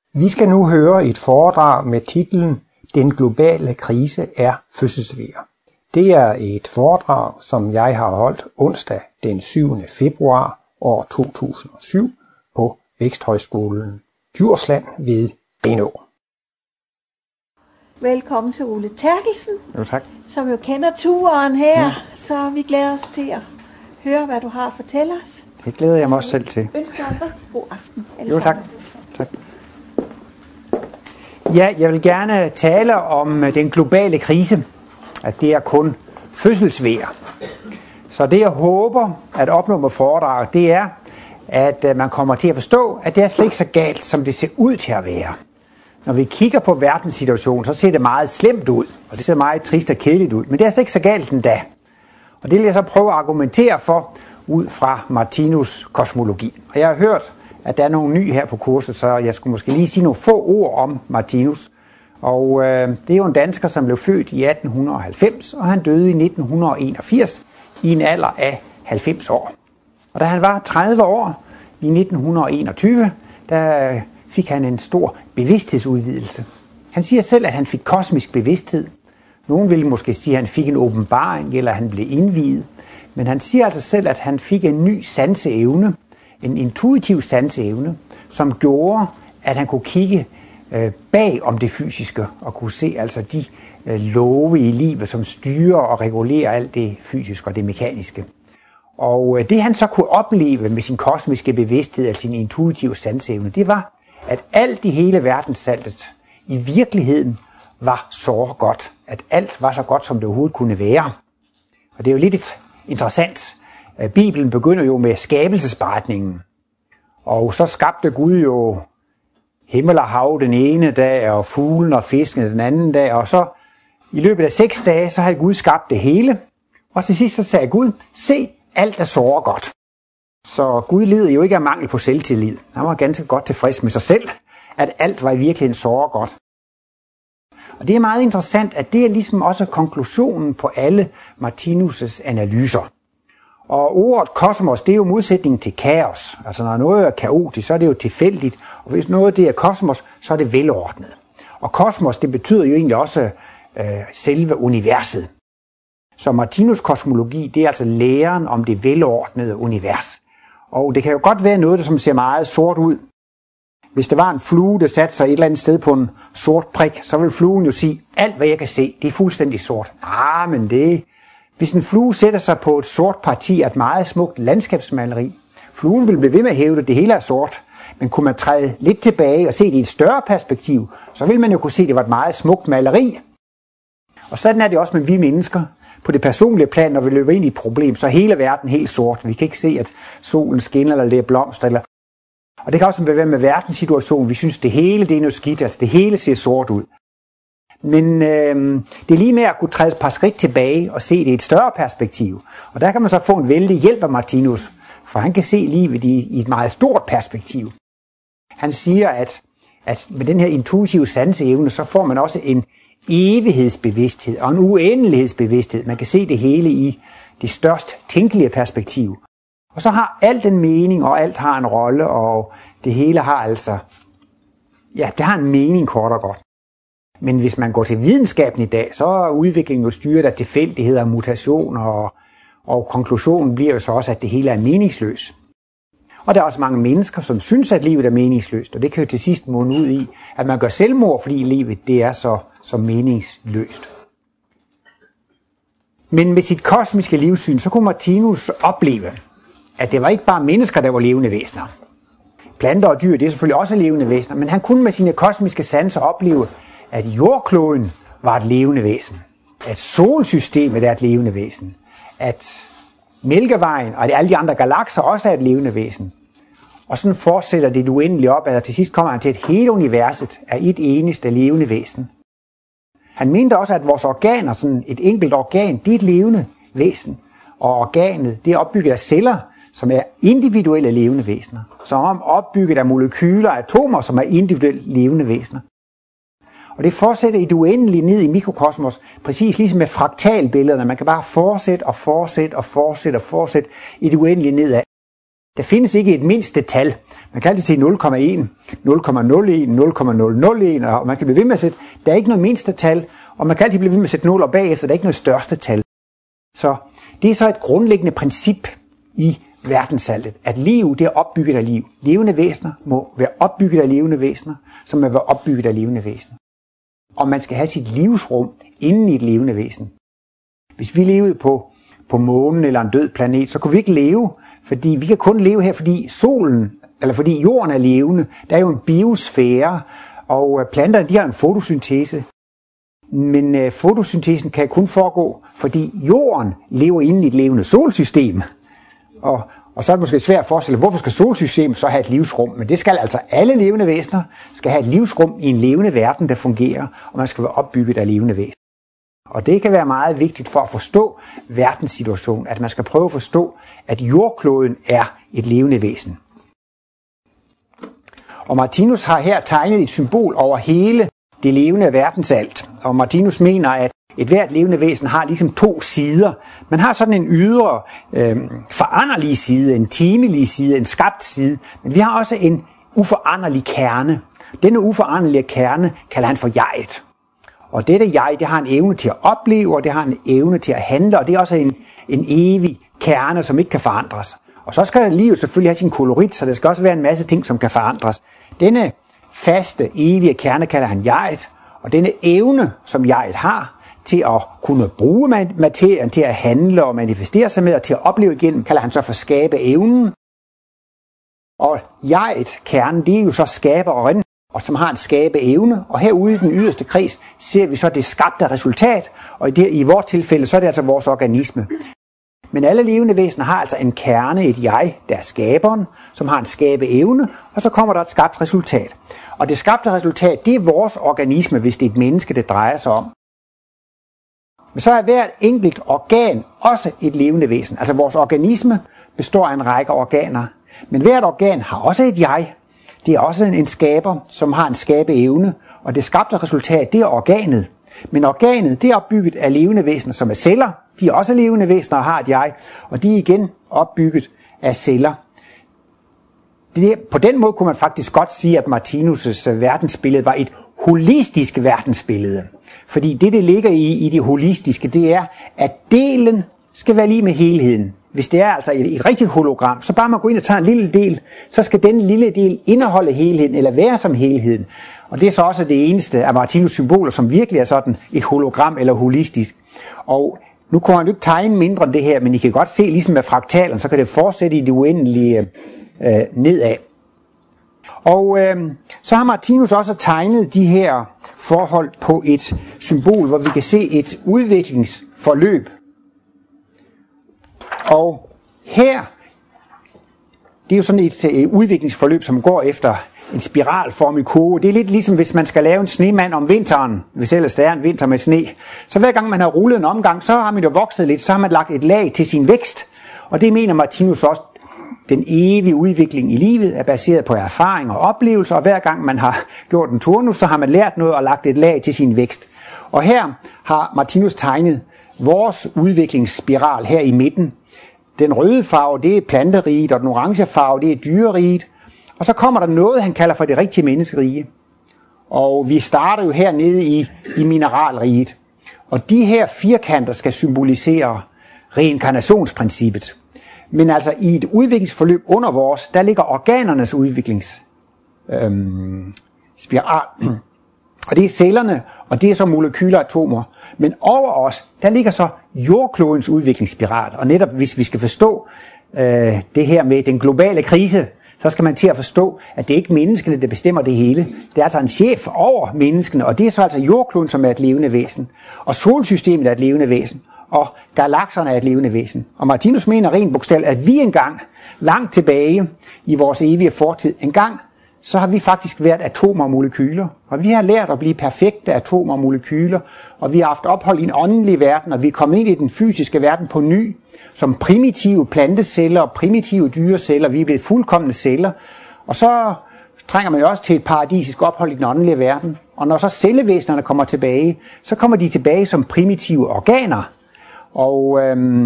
Vi skal nu høre et foredrag med titlen Den globale krise er fødselsvejr. Det er et foredrag, som jeg har holdt onsdag den 7. februar år 2007 på Væksthøjskolen Djursland ved Grenaa. Velkommen til Ole Terkelsen, Jo, tak. som jo kender turen her, så vi glæder os til at høre, hvad du har at fortælle os. Det glæder jeg mig også selv til. Ønsker dig en rigtig god aften. Jo, tak. Tak. Ja, jeg vil gerne tale om den globale krise, at det er kun fødselsvejr. Så det jeg håber at opnå med foredraget, det er, at man kommer til at forstå, at det er slet ikke så galt, som det ser ud til at være. Når vi kigger på verdenssituationen, så ser det meget slemt ud, og det ser meget trist og kedeligt ud, men det er slet ikke så galt endda. Og det vil jeg så prøve at argumentere for ud fra Martinus kosmologi. Og jeg har hørt, at der er nogle nye her på kurset, så jeg skulle måske lige sige nogle få ord om Martinus. Og det er jo en dansker, som blev født i 1890, og han døde i 1981 i en alder af 90 år. Og da han var 30 år i 1921, der fik han en stor bevidsthedsudvidelse. Han siger selv, at han fik kosmisk bevidsthed. Nogen vil måske sige, at han fik en åbenbaring, eller han blev indviet. Men han siger altså selv, at han fik en ny sanseevne, en intuitiv sanseevne, som gjorde, at han kunne kigge bag om det fysiske, og kunne se altså de love i livet, som styrer og regulerer alt det fysiske og det mekaniske. Og det han så kunne opleve med sin kosmiske bevidsthed, altså sin intuitive sanseevne, det var, at alt i hele verdenssaltet i virkeligheden var så godt, at alt var så godt, som det overhovedet kunne være. Og det er jo lidt interessant. Bibelen begynder jo med skabelsesberetningen, og så skabte Gud jo himmel og hav den ene dag, og fuglen og fisken den anden dag, og så i løbet af 6 dage, så havde Gud skabt det hele, og til sidst så sagde Gud, se, alt er så godt. Så Gud led jo ikke af mangel på selvtillid. Han var ganske godt tilfreds med sig selv, at alt var i virkeligheden så godt. Og det er meget interessant, at det er ligesom også konklusionen på alle Martinus' analyser. Og ordet kosmos, det er jo modsætningen til kaos. Altså når noget er kaotisk, så er det jo tilfældigt, og hvis noget det er kosmos, så er det velordnet. Og kosmos, det betyder jo egentlig også selve universet. Så Martinus kosmologi, det er altså læren om det velordnede univers. Og det kan jo godt være noget, der som ser meget sort ud. Hvis der var en flue, der satte sig et eller andet sted på en sort prik, så vil fluen jo sige, alt hvad jeg kan se, det er fuldstændig sort. Men det... Hvis en flue sætter sig på et sort parti af et meget smukt landskabsmaleri, fluen vil blive ved med at hævde, at det hele er sort. Men kunne man træde lidt tilbage og se det i et større perspektiv, så vil man jo kunne se, at det var et meget smukt maleri. Og sådan er det også med vi mennesker. På det personlige plan, når vi løber ind i et problem, så er hele verden helt sort. Vi kan ikke se, at solen skinner, eller det er blomster. Og det kan også være med verdenssituationen. Vi synes, det hele det er noget skidt, altså det hele ser sort ud. Men det er lige med at kunne træde et par skridt tilbage og se det i et større perspektiv. Og der kan man så få en vældig hjælp af Martinus, for han kan se livet i et meget stort perspektiv. Han siger, at med den her intuitive sanseevne, så får man også en evighedsbevidsthed og en uendelighedsbevidsthed. Man kan se det hele i det størst tænkelige perspektiv. Og så har alt en mening, og alt har en rolle, og det hele har altså, ja, det har en mening kort og godt. Men hvis man går til videnskaben i dag, så er udviklingen jo styret af tilfældigheder og mutationer, og konklusionen bliver jo så også, at det hele er meningsløst. Og der er også mange mennesker, som synes, at livet er meningsløst, og det kan jo til sidst munde ud i, at man gør selvmord, fordi livet det er så meningsløst. Men med sit kosmiske livssyn, så kunne Martinus opleve, at det var ikke bare mennesker, der var levende væsener. Planter og dyr, det er selvfølgelig også levende væsener, men han kunne med sine kosmiske sanser opleve, at jordkloden var et levende væsen, at solsystemet er et levende væsen, at Mælkevejen og alle de andre galakser også er et levende væsen. Og sådan fortsætter det uendeligt op, at til sidst kommer han til, at hele universet er et eneste levende væsen. Han mente også, at vores organer, sådan et enkelt organ, det er et levende væsen. Og organet, det er opbygget af celler, som er individuelle levende væsener. Som opbygget af molekyler og atomer, som er individuelle levende væsener. Og det fortsætter i det uendelige ned i mikrokosmos, præcis ligesom med fraktalbillederne. Man kan bare fortsætte og fortsætte og fortsætte og fortsætte i det uendelige nedad. Der findes ikke et mindste tal. Man kan altid sige 0,1, 0,01, 0,001, og man kan blive ved med at sætte, der er ikke noget mindste tal, og man kan altid blive ved med at sætte 0 og bagefter, der er ikke noget største tal. Så det er så et grundlæggende princip i verdensaltet, at liv, det er opbygget af liv. Levende væsener må være opbygget af levende væsener, som må være opbygget af levende væsener. Og man skal have sit livsrum inden i et levende væsen. Hvis vi levede på månen eller en død planet, så kunne vi ikke leve, fordi vi kan kun leve her, fordi solen, eller fordi jorden er levende. Der er jo en biosfære, og planterne, de har en fotosyntese. Men fotosyntesen kan kun foregå, fordi jorden lever inde i et levende solsystem. Og så er det måske svært at forestille, hvorfor skal solsystemet så have et livsrum? Men det skal altså alle levende væsener skal have et livsrum i en levende verden, der fungerer, og man skal være opbygget af levende væsener. Og det kan være meget vigtigt for at forstå verdenssituationen, at man skal prøve at forstå, at jordkloden er et levende væsen. Og Martinus har her tegnet et symbol over hele det levende verdensalt. Og Martinus mener, at et hvert levende væsen har ligesom to sider. Man har sådan en ydre foranderlig side, en timelig side, en skabt side. Men vi har også en uforanderlig kerne. Denne uforanderlige kerne kalder han for jeget. Og dette jeg, det har en evne til at opleve, og det har en evne til at handle, og det er også en evig kerne, som ikke kan forandres. Og så skal livet selvfølgelig have sin kolorit, så der skal også være en masse ting, som kan forandres. Denne faste, evige kerne kalder han jeget, og denne evne, som jeget har, til at kunne bruge materien, til at handle og manifestere sig med, og til at opleve igen, kalder han så for skabe evnen. Og jeget, kernen, det er jo så skaberen, og som har en skabe evne, og herude i den yderste kreds ser vi så det skabte resultat, og i vores tilfælde, så er det altså vores organisme. Men alle levende væsener har altså en kerne, et jeg, der er skaberen, som har en skabe evne, og så kommer der et skabt resultat. Og det skabte resultat, det er vores organisme, hvis det er et menneske, det drejer sig om. Men så er hvert enkelt organ også et levende væsen. Altså vores organisme består af en række organer. Men hvert organ har også et jeg. Det er også en skaber, som har en skabe evne. Og det skabte resultat, det er organet. Men organet, det er opbygget af levende væsener, som er celler. De er også levende væsener og har et jeg. Og de er igen opbygget af celler. På den måde kunne man faktisk godt sige, at Martinus' verdensbillede var et holistisk verdensbillede. Fordi det ligger i det holistiske, det er, at delen skal være lige med helheden. Hvis det er altså et rigtigt hologram, så bare man går ind og tager en lille del, så skal den lille del indeholde helheden, eller være som helheden. Og det er så også det eneste af Martinus' symboler, som virkelig er sådan et hologram eller holistisk. Og nu kunne han jo ikke tegne mindre end det her, men I kan godt se, ligesom med fraktalerne, så kan det fortsætte i det uendelige nedad. Og så har Martinus også tegnet de her forhold på et symbol, hvor vi kan se et udviklingsforløb. Og her, det er jo sådan et udviklingsforløb, som går efter en spiralformig kurve. Det er lidt ligesom, hvis man skal lave en snemand om vinteren, hvis ellers der er en vinter med sne. Så hver gang man har rullet en omgang, så har man jo vokset lidt, så har man lagt et lag til sin vækst. Og det mener Martinus også, den evige udvikling i livet er baseret på erfaring og oplevelser, og hver gang man har gjort en turnus, så har man lært noget og lagt et lag til sin vækst. Og her har Martinus tegnet vores udviklingsspiral her i midten. Den røde farve, det er planteriget, og den orange farve, det er dyreriget. Og så kommer der noget, han kalder for det rigtige menneskerige. Og vi starter jo hernede i mineralriget. Og de her firkanter skal symbolisere reinkarnationsprincippet. Men altså i et udviklingsforløb under vores, der ligger organernes udviklingsspiral. Og det er cellerne, og det er så molekyleratomer. Men over os, der ligger så jordklodens udviklingsspiral. Og netop hvis vi skal forstå det her med den globale krise, så skal man til at forstå, at det ikke er menneskene, der bestemmer det hele. Det er altså en chef over menneskene, og det er så altså jordkloden, som er et levende væsen. Og solsystemet er et levende væsen. Og galakserne er et levende væsen. Og Martinus mener rent bogstaveligt, at vi engang, langt tilbage i vores evige fortid, engang, så har vi faktisk været atomer og molekyler. Og vi har lært at blive perfekte atomer og molekyler. Og vi har haft ophold i en åndelig verden, og vi er kommet ind i den fysiske verden på ny. Som primitive planteceller og primitive dyreceller. Vi er blevet fuldkomne celler. Og så trænger man jo også til et paradisisk ophold i den åndelige verden. Og når så cellevæsenerne kommer tilbage, så kommer de tilbage som primitive organer. Og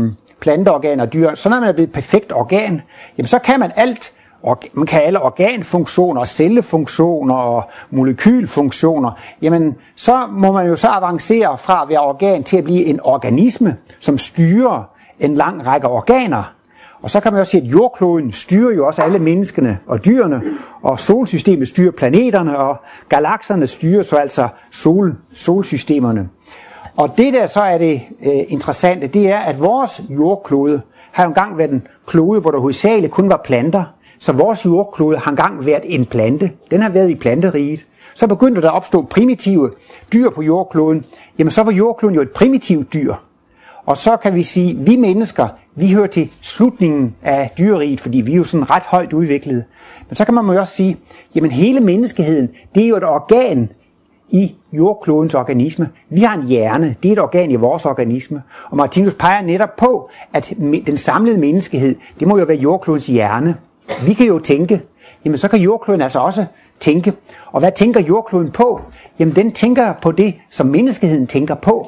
planteorganer og dyr, så når man er blevet et perfekt organ, jamen så kan man alt. Man kan alle organfunktioner, cellefunktioner og molekylfunktioner. Jamen, så må man jo så avancere fra at være organ til at blive en organisme, som styrer en lang række organer. Og så kan man også sige, at jordkloden styrer jo også alle menneskene og dyrene, og solsystemet styrer planeterne, og galakserne styrer så altså solsystemerne. Og det der så er det interessante, det er, at vores jordklode har engang været en klode, hvor der hovedsageligt kun var planter. Så vores jordklode har engang været en plante. Den har været i planteriget. Så begyndte der at opstå primitive dyr på jordkloden. Jamen så var jordkloden jo et primitivt dyr. Og så kan vi sige, at vi mennesker, vi hører til slutningen af dyreriget, fordi vi er jo sådan ret højt udviklet. Men så kan man jo også sige, jamen hele menneskeheden, det er jo et organ i jordklodens organisme. Vi har en hjerne, det er et organ i vores organisme. Og Martinus peger netop på, at den samlede menneskehed, det må jo være jordklodens hjerne. Vi kan jo tænke, jamen så kan jordkloden altså også tænke. Og hvad tænker jordkloden på? Jamen den tænker på det, som menneskeheden tænker på.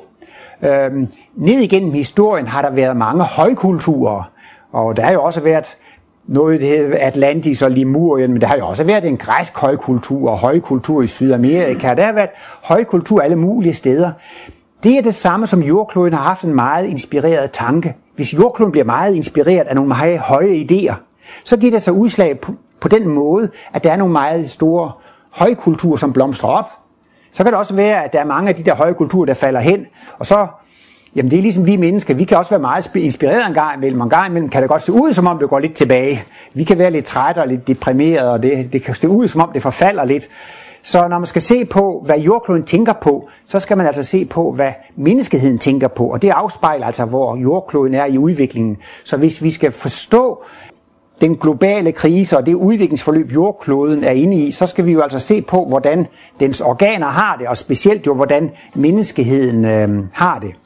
Ned igennem historien har der været mange højkulturer, og der har jo også været noget, det hedder Atlantis og Lemurien, men der har jo også været en græsk højkultur og højkultur i Sydamerika. Der har været højkultur alle mulige steder. Det er det samme, som jordkloden har haft en meget inspireret tanke. Hvis jordkloden bliver meget inspireret af nogle meget høje idéer, så giver det sig udslag på den måde, at der er nogle meget store højkulturer, som blomstrer op. Så kan det også være, at der er mange af de der højkulturer, der falder hen, og så, jamen det er ligesom vi mennesker, vi kan også være meget inspireret en gang imellem, kan det godt se ud, som om det går lidt tilbage. Vi kan være lidt trætte og lidt deprimerede, og det kan se ud, som om det forfalder lidt. Så når man skal se på, hvad jordkloden tænker på, så skal man altså se på, hvad menneskeheden tænker på, og det afspejler altså, hvor jordkloden er i udviklingen. Så hvis vi skal forstå den globale krise og det udviklingsforløb, jordkloden er inde i, så skal vi jo altså se på, hvordan dens organer har det, og specielt jo, hvordan menneskeheden har det.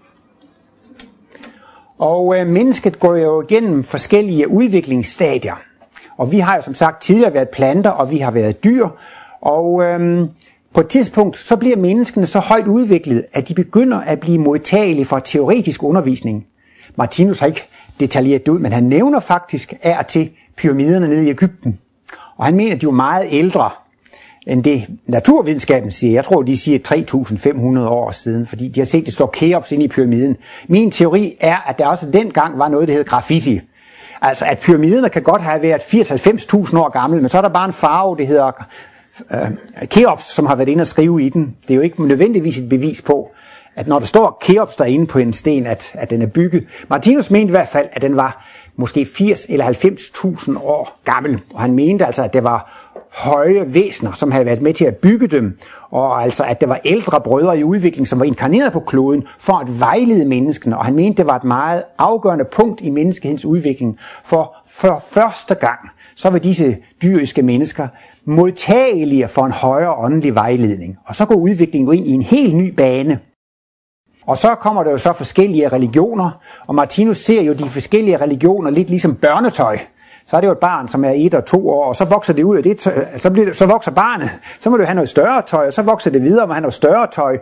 Og mennesket går jo igennem forskellige udviklingsstadier. Og vi har jo som sagt tidligere været planter, og vi har været dyr. Og på et tidspunkt, så bliver menneskene så højt udviklet, at de begynder at blive modtagelige for teoretisk undervisning. Martinus har ikke detaljeret det ud, men han nævner faktisk af og til pyramiderne nede i Egypten. Og han mener, at de er meget ældre end det naturvidenskaben siger. Jeg tror, de siger 3.500 år siden, fordi de har set, at det står Keops inde i pyramiden. Min teori er, at der også dengang var noget, der hed graffiti. Altså, at pyramiderne kan godt have været 80-90.000 år gamle, men så er der bare en farve, det hedder Keops, som har været inde og skrive i den. Det er jo ikke nødvendigvis et bevis på, at når der står Keops derinde på en sten, at den er bygget. Martinus mente i hvert fald, at den var måske 80 eller 90.000 år gammel. Og han mente altså, at det var høje væsener, som havde været med til at bygge dem. Og altså, at der var ældre brødre i udvikling, som var inkarneret på kloden for at vejlede menneskene. Og han mente, det var et meget afgørende punkt i menneskehedens udvikling. For første gang, så var disse dyriske mennesker modtagelige for en højere åndelig vejledning. Og så går udviklingen ind i en helt ny bane. Og så kommer der jo så forskellige religioner, og Martinus ser jo de forskellige religioner lidt ligesom børnetøj. Så er det jo et barn, som er 1 og 2 år, og så vokser det ud af det, så vokser barnet. Så må det jo have noget større tøj, og så vokser det videre, og man har noget større tøj.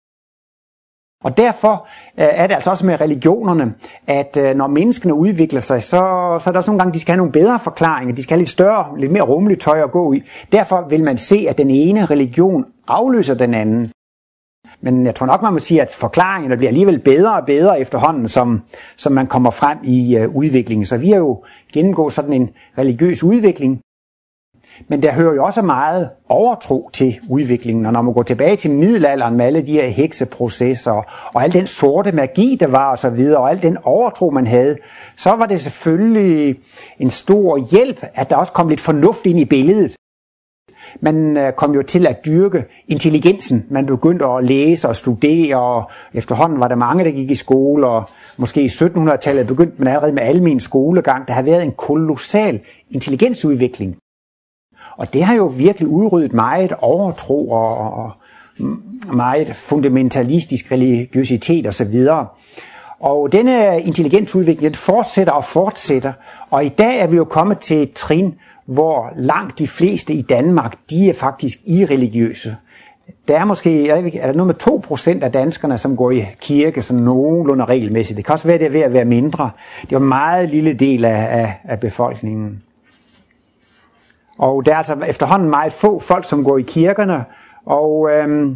Og derfor er det altså også med religionerne, at når menneskene udvikler sig, så er der også nogle gange, de skal have nogle bedre forklaringer. De skal have lidt større, lidt mere rummeligt tøj at gå i. Derfor vil man se, at den ene religion afløser den anden. Men jeg tror nok, man må sige, at forklaringerne bliver alligevel bedre og bedre efterhånden, som man kommer frem i udviklingen. Så vi har jo gennemgået sådan en religiøs udvikling. Men der hører jo også meget overtro til udviklingen, og når man går tilbage til middelalderen med alle de her hekseprocesser, og al den sorte magi, der var og så videre, og al den overtro, man havde, så var det selvfølgelig en stor hjælp, at der også kom lidt fornuft ind i billedet. Man kom jo til at dyrke intelligensen. Man begyndte at læse og studere, og efterhånden var der mange, der gik i skole, og måske i 1700-tallet begyndte man allerede med almen skolegang. Der har været en kolossal intelligensudvikling. Og det har jo virkelig udryddet meget overtro og meget fundamentalistisk religiøsitet osv. Og denne intelligensudvikling, den fortsætter og fortsætter. Og i dag er vi jo kommet til et trin, hvor langt de fleste i Danmark, de er faktisk irreligiøse. der er måske er der noget med 2% af danskerne, som går i kirke sådan nogenlunde regelmæssigt. Det kan også være, det er ved at være mindre. Det er jo en meget lille del af befolkningen. Og der er altså efterhånden meget få folk, som går i kirkerne, og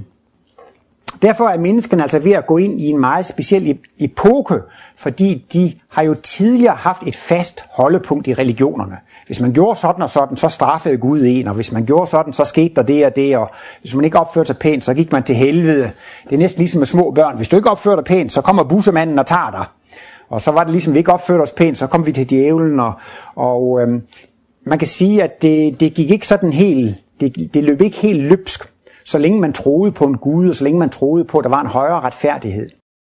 derfor er menneskene altså ved at gå ind i en meget speciel epoke, fordi de har jo tidligere haft et fast holdepunkt i religionerne. Hvis man gjorde sådan og sådan, så straffede Gud en, og hvis man gjorde sådan, så skete der det og det, og hvis man ikke opførte sig pænt, så gik man til helvede. Det er næsten ligesom med små børn. Hvis du ikke opfører dig pænt, så kommer bussemanden og tager dig. Og så var det ligesom, vi ikke opførte os pænt, så kom vi til djævlen, og man kan sige, at det gik ikke sådan helt, det løb ikke helt løbsk, så længe man troede på en Gud, og så længe man troede på, at der var en højere retfærdighed.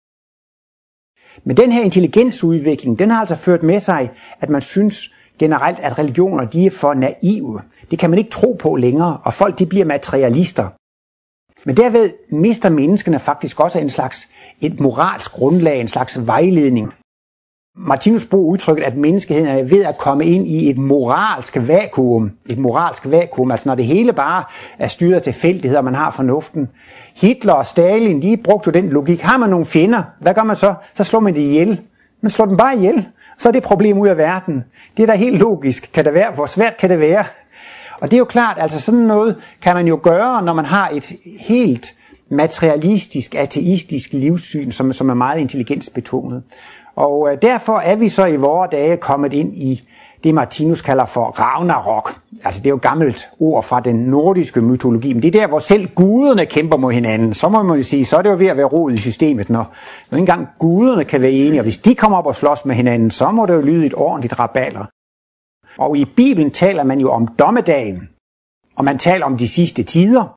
Men den her intelligensudvikling, den har altså ført med sig, at man synes generelt, at religioner, de er for naive. Det kan man ikke tro på længere, og folk, de bliver materialister. Men derved mister menneskene faktisk også et moralsk grundlag, en slags vejledning. Martinus bruger udtrykket, at menneskeheden er ved at komme ind i et moralsk vakuum. Et moralsk vakuum, altså når det hele bare er styret af tilfældigheder, og man har fornuften. Hitler og Stalin, de brugte jo den logik. Har man nogle fjender, hvad gør man så? Så slår man det ihjel. Man slår dem bare ihjel. Så er det problem ud af verden. Det er da helt logisk. Kan det være? Hvor svært kan det være? Og det er jo klart, altså sådan noget kan man jo gøre, når man har et helt materialistisk, ateistisk livssyn, som er meget intelligensbetonet. Og derfor er vi så i vore dage kommet ind i det, Martinus kalder for Ragnarok. Altså det er jo et gammelt ord fra den nordiske mytologi, men det er der, hvor selv guderne kæmper mod hinanden. Så må man jo sige, så er det jo ved at være rod i systemet, når ikke engang guderne kan være enige, og hvis de kommer op og slås med hinanden, så må det jo lyde et ordentligt rabalder. Og i Bibelen taler man jo om dommedagen, og man taler om de sidste tider.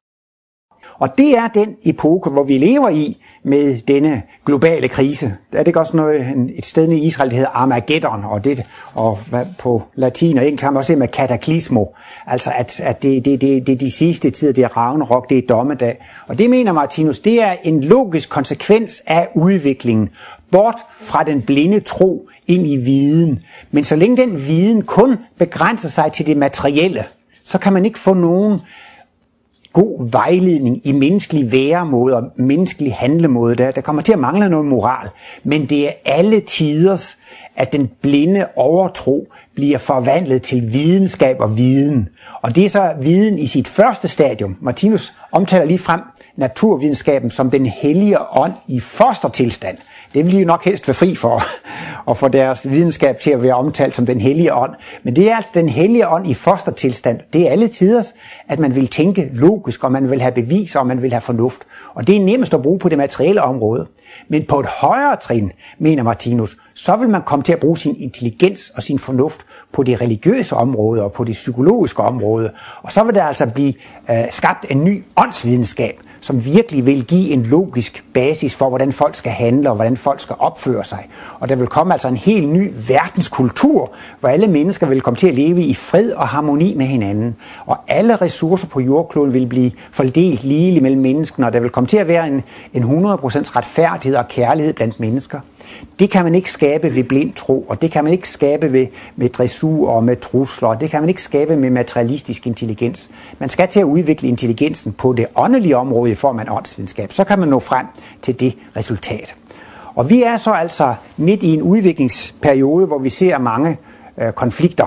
Og det er den epoke, hvor vi lever i med denne globale krise. Der er det også et sted i Israel, der hedder Armageddon, og på latin og engelsk har man også med kataklysmo. Altså at det er de sidste tider, det er Ragnarok, det er dommedag. Og det mener Martinus, det er en logisk konsekvens af udviklingen, bort fra den blinde tro ind i viden. Men så længe den viden kun begrænser sig til det materielle, så kan man ikke få nogen god vejledning i menneskelig væremåde og menneskelig handlemåde. Der kommer til at mangle noget moral. Men det er alle tiders, at den blinde overtro bliver forvandlet til videnskab og viden. Og det er så viden i sit første stadium. Martinus omtaler lige frem naturvidenskaben som den hellige ånd i fostertilstand. Det vil de jo nok helst være fri for, og få deres videnskab til at være omtalt som den hellige ånd. Men det er altså den hellige ånd i fostertilstand. Det er alle tiders, at man vil tænke logisk, og man vil have beviser, og man vil have fornuft. Og det er nemmest at bruge på det materielle område. Men på et højere trin, mener Martinus, så vil man komme til at bruge sin intelligens og sin fornuft på det religiøse område og på det psykologiske område. Og så vil der altså blive skabt en ny åndsvidenskab, som virkelig vil give en logisk basis for, hvordan folk skal handle og hvordan folk skal opføre sig. Og der vil komme altså en helt ny verdenskultur, hvor alle mennesker vil komme til at leve i fred og harmoni med hinanden. Og alle ressourcer på jordkloden vil blive fordelt ligeligt mellem menneskene, og der vil komme til at være en 100% retfærdighed og kærlighed blandt mennesker. Det kan man ikke skabe ved blind tro, og det kan man ikke skabe med dressur og med trusler, og det kan man ikke skabe med materialistisk intelligens. Man skal til at udvikle intelligensen på det åndelige område i form af en åndsvidenskab. Så kan man nå frem til det resultat. Og vi er så altså midt i en udviklingsperiode, hvor vi ser mange konflikter.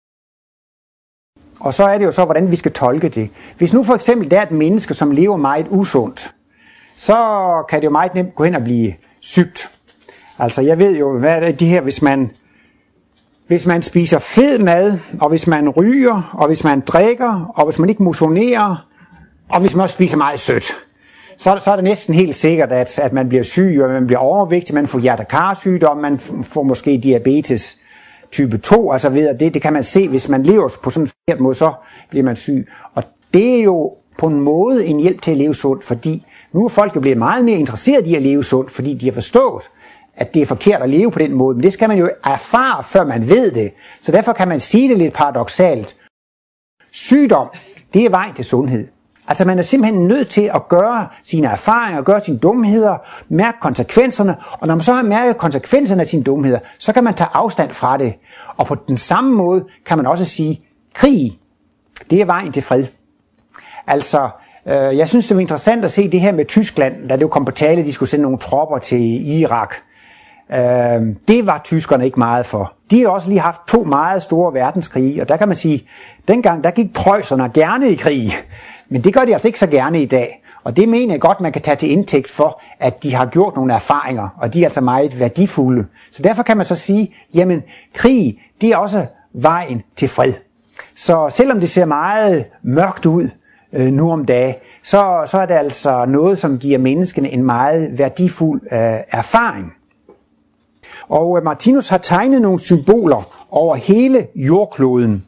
Og så er det jo så, hvordan vi skal tolke det. Hvis nu for eksempel der er et menneske, som lever meget usundt, så kan det jo meget nemt gå hen og blive sygt. Altså jeg ved jo, hvad er det her, hvis man spiser fed mad, og hvis man ryger, og hvis man drikker, og hvis man ikke motionerer, og hvis man også spiser meget sødt, så er det næsten helt sikkert, at man bliver syg, og man bliver overvægtig, man får hjerte-karsygdom, man får måske diabetes type 2, altså ved at det kan man se, hvis man lever på sådan en forkert måde, så bliver man syg. Og det er jo på en måde en hjælp til at leve sundt, fordi nu er folk jo blevet meget mere interesseret i at leve sundt, fordi de har forstået, at det er forkert at leve på den måde. Men det skal man jo erfare, før man ved det. Så derfor kan man sige det lidt paradoksalt. Sygdom, det er vejen til sundhed. Altså man er simpelthen nødt til at gøre sine erfaringer, gøre sine dumheder, mærke konsekvenserne, og når man så har mærket konsekvenserne af sine dumheder, så kan man tage afstand fra det. Og på den samme måde kan man også sige, krig, det er vejen til fred. Altså Jeg synes, det var interessant at se det her med Tyskland, da det jo kom på tale, de skulle sende nogle tropper til Irak. Det var tyskerne ikke meget for. De har også lige haft 2 meget store verdenskrige, og der kan man sige, dengang der gik preusserne gerne i krig, men det gør de altså ikke så gerne i dag. Og det mener jeg godt, man kan tage til indtægt for, at de har gjort nogle erfaringer, og de er altså meget værdifulde. Så derfor kan man så sige, jamen krig, det er også vejen til fred. Så selvom det ser meget mørkt ud nu om dagen, så er det altså noget, som giver menneskene en meget værdifuld erfaring. Og Martinus har tegnet nogle symboler over hele jordkloden.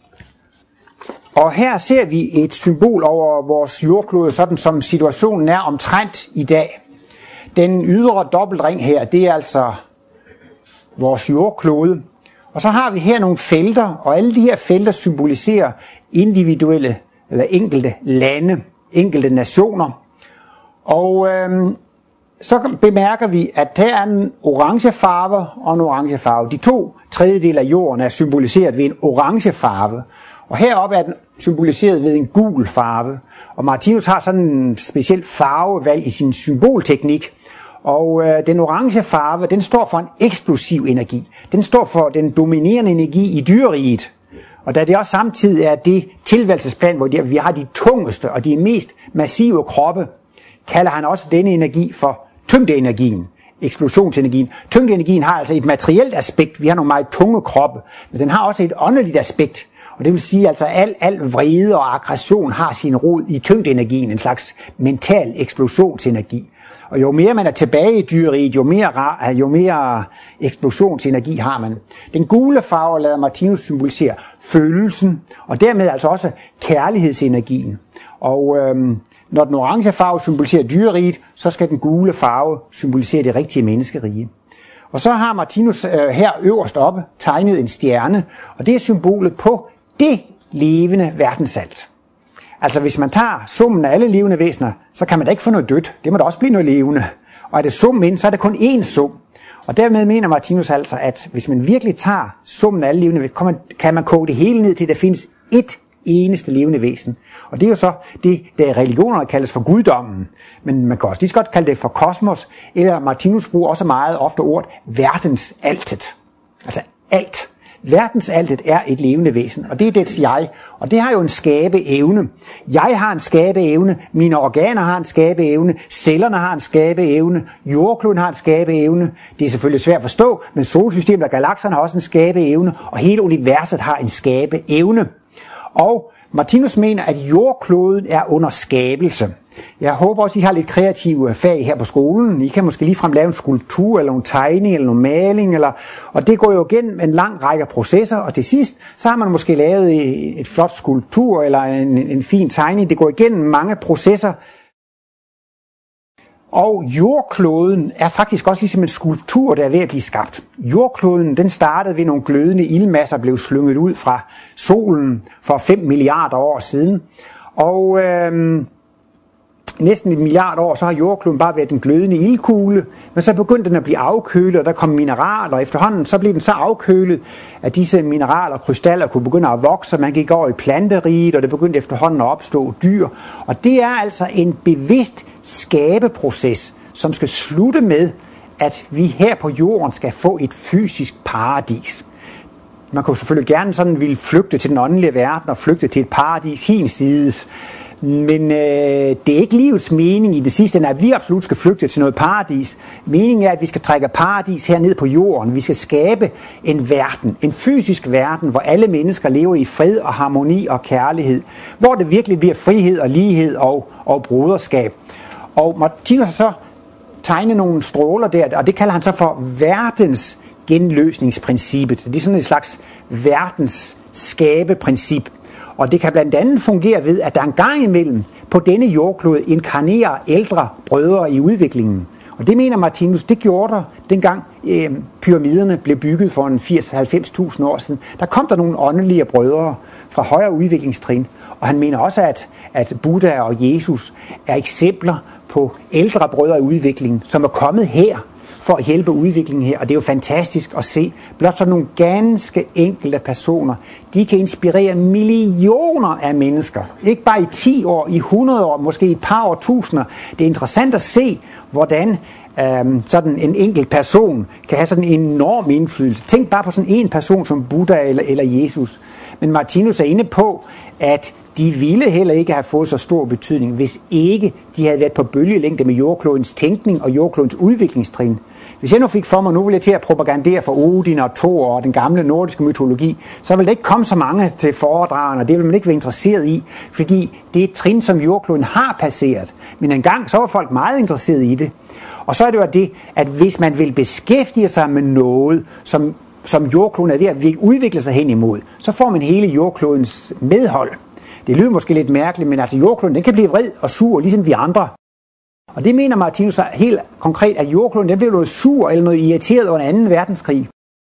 Og her ser vi et symbol over vores jordklode, sådan som situationen er omtrent i dag. Den ydre dobbeltring her, det er altså vores jordklode. Og så har vi her nogle felter, og alle de her felter symboliserer individuelle eller enkelte lande, enkelte nationer. Og så bemærker vi, at her er en orange farve og en orange farve. De 2/3 af jorden er symboliseret ved en orange farve, og heroppe er den symboliseret ved en gul farve. Og Martinus har sådan en speciel farvevalg i sin symbolteknik. Og den orange farve, den står for en eksplosiv energi. Den står for den dominerende energi i dyreriget. Og da det også samtidig er det tilværelsesplan, hvor vi har de tungeste og de mest massive kroppe, kalder han også denne energi for tyngdeenergien, eksplosionsenergien. Tyngdeenergien har altså et materielt aspekt. Vi har nogle meget tunge kroppe, men den har også et åndeligt aspekt. Og det vil sige, altså al vrede og aggression har sin rod i tyngdeenergien, en slags mental eksplosionsenergi. Og jo mere man er tilbage i dyreriget, jo mere eksplosionsenergi har man. Den gule farve lader Martinus symbolisere følelsen, og dermed altså også kærlighedsenergien. Og når den orange farve symboliserer dyreriget, så skal den gule farve symbolisere det rigtige menneskerige. Og så har Martinus her øverst oppe tegnet en stjerne, og det er symbolet på det levende verdensalt. Altså hvis man tager summen af alle levende væsener, så kan man da ikke få noget dødt. Det må da også blive noget levende. Og er det summen ind, så er det kun én sum. Og dermed mener Martinus altså, at hvis man virkelig tager summen af alle levende væsener, kan man koge det hele ned til, at der findes ét eneste levende væsen. Og det er jo så det, der i religionerne kaldes for guddommen. Men man kan også lige så godt kalde det for kosmos, eller Martinus bruger også meget ofte ordet verdensaltet. Altså alt. Verdensaltet er et levende væsen, og det er dets jeg, og det har jo en skabeevne. Jeg har en skabeevne, mine organer har en skabeevne, cellerne har en skabeevne, jordkloden har en skabeevne. Det er selvfølgelig svært at forstå, men solsystemet og galakserne har også en skabeevne, og hele universet har en skabeevne. Og Martinus mener, at jordkloden er under skabelse. Jeg håber også, I har lidt kreative fag her på skolen. I kan måske ligefrem lave en skulptur, eller en tegning, eller en maling. Og det går jo igennem en lang række processer, og til sidst, så har man måske lavet et flot skulptur, eller en fin tegning. Det går igennem mange processer. Og jordkloden er faktisk også ligesom en skulptur, der er ved at blive skabt. Jordkloden, den startede ved nogle glødende ildmasser, blev slynget ud fra solen for 5 milliarder år siden. Og næsten 1 milliard år, så har jordkloden bare været en glødende ildkugle, men så begyndte den at blive afkølet, og der kom mineraler, og efterhånden så blev den så afkølet, at disse mineraler og krystaller kunne begynde at vokse, og man gik over i planteriget, og det begyndte efterhånden at opstå dyr. Og det er altså en bevidst skabeproces, som skal slutte med, at vi her på jorden skal få et fysisk paradis. Man kunne selvfølgelig gerne sådan ville flygte til den åndelige verden og flygte til et paradis hinsides. Men det er ikke livets mening i det sidste, at vi absolut skal flygte til noget paradis. Meningen er, at vi skal trække paradis her ned på jorden. Vi skal skabe en verden, en fysisk verden, hvor alle mennesker lever i fred og harmoni og kærlighed. Hvor det virkelig bliver frihed og lighed og broderskab. Og Martinus har så tegnet nogle stråler der, og det kalder han så for verdens genløsningsprincippet. Det er sådan et slags verdens skabeprincip. Og det kan blandt andet fungere ved, at der en gang imellem på denne jordklode inkarnerer ældre brødre i udviklingen. Og det mener Martinus, det gjorde der dengang pyramiderne blev bygget for en 80-90.000 år siden. Der kom der nogle åndelige brødre fra højere udviklingstrin. Og han mener også, at Buddha og Jesus er eksempler på ældre brødre i udviklingen, som er kommet her for at hjælpe udviklingen her. Og det er jo fantastisk at se. Blot sådan nogle ganske enkelte personer, de kan inspirere millioner af mennesker. Ikke bare i 10 år, i 100 år, måske i et par årtusinder. Det er interessant at se, hvordan sådan en enkelt person kan have sådan en enorm indflydelse. Tænk bare på sådan en person som Buddha eller Jesus. Men Martinus er inde på, at de ville heller ikke have fået så stor betydning, hvis ikke de havde været på bølgelængde med jordklodens tænkning og jordklodens udviklingstrin. Hvis jeg nu fik for mig, nu vil jeg til at propagandere for Odin og Thor og den gamle nordiske mytologi, så vil der ikke komme så mange til foredragene, og det vil man ikke være interesseret i, fordi det er et trin, som jordkloden har passeret. Men engang så var folk meget interesseret i det. Og så er det jo det, at hvis man vil beskæftige sig med noget, som jordkloden er ved at udvikle sig hen imod, så får man hele jordklodens medhold. Det lyder måske lidt mærkeligt, men altså jordkloden, den kan blive vred og sur, ligesom vi andre. Og det mener Martinus helt konkret, at jordkloden, den blev noget sur eller noget irriteret under 2. verdenskrig.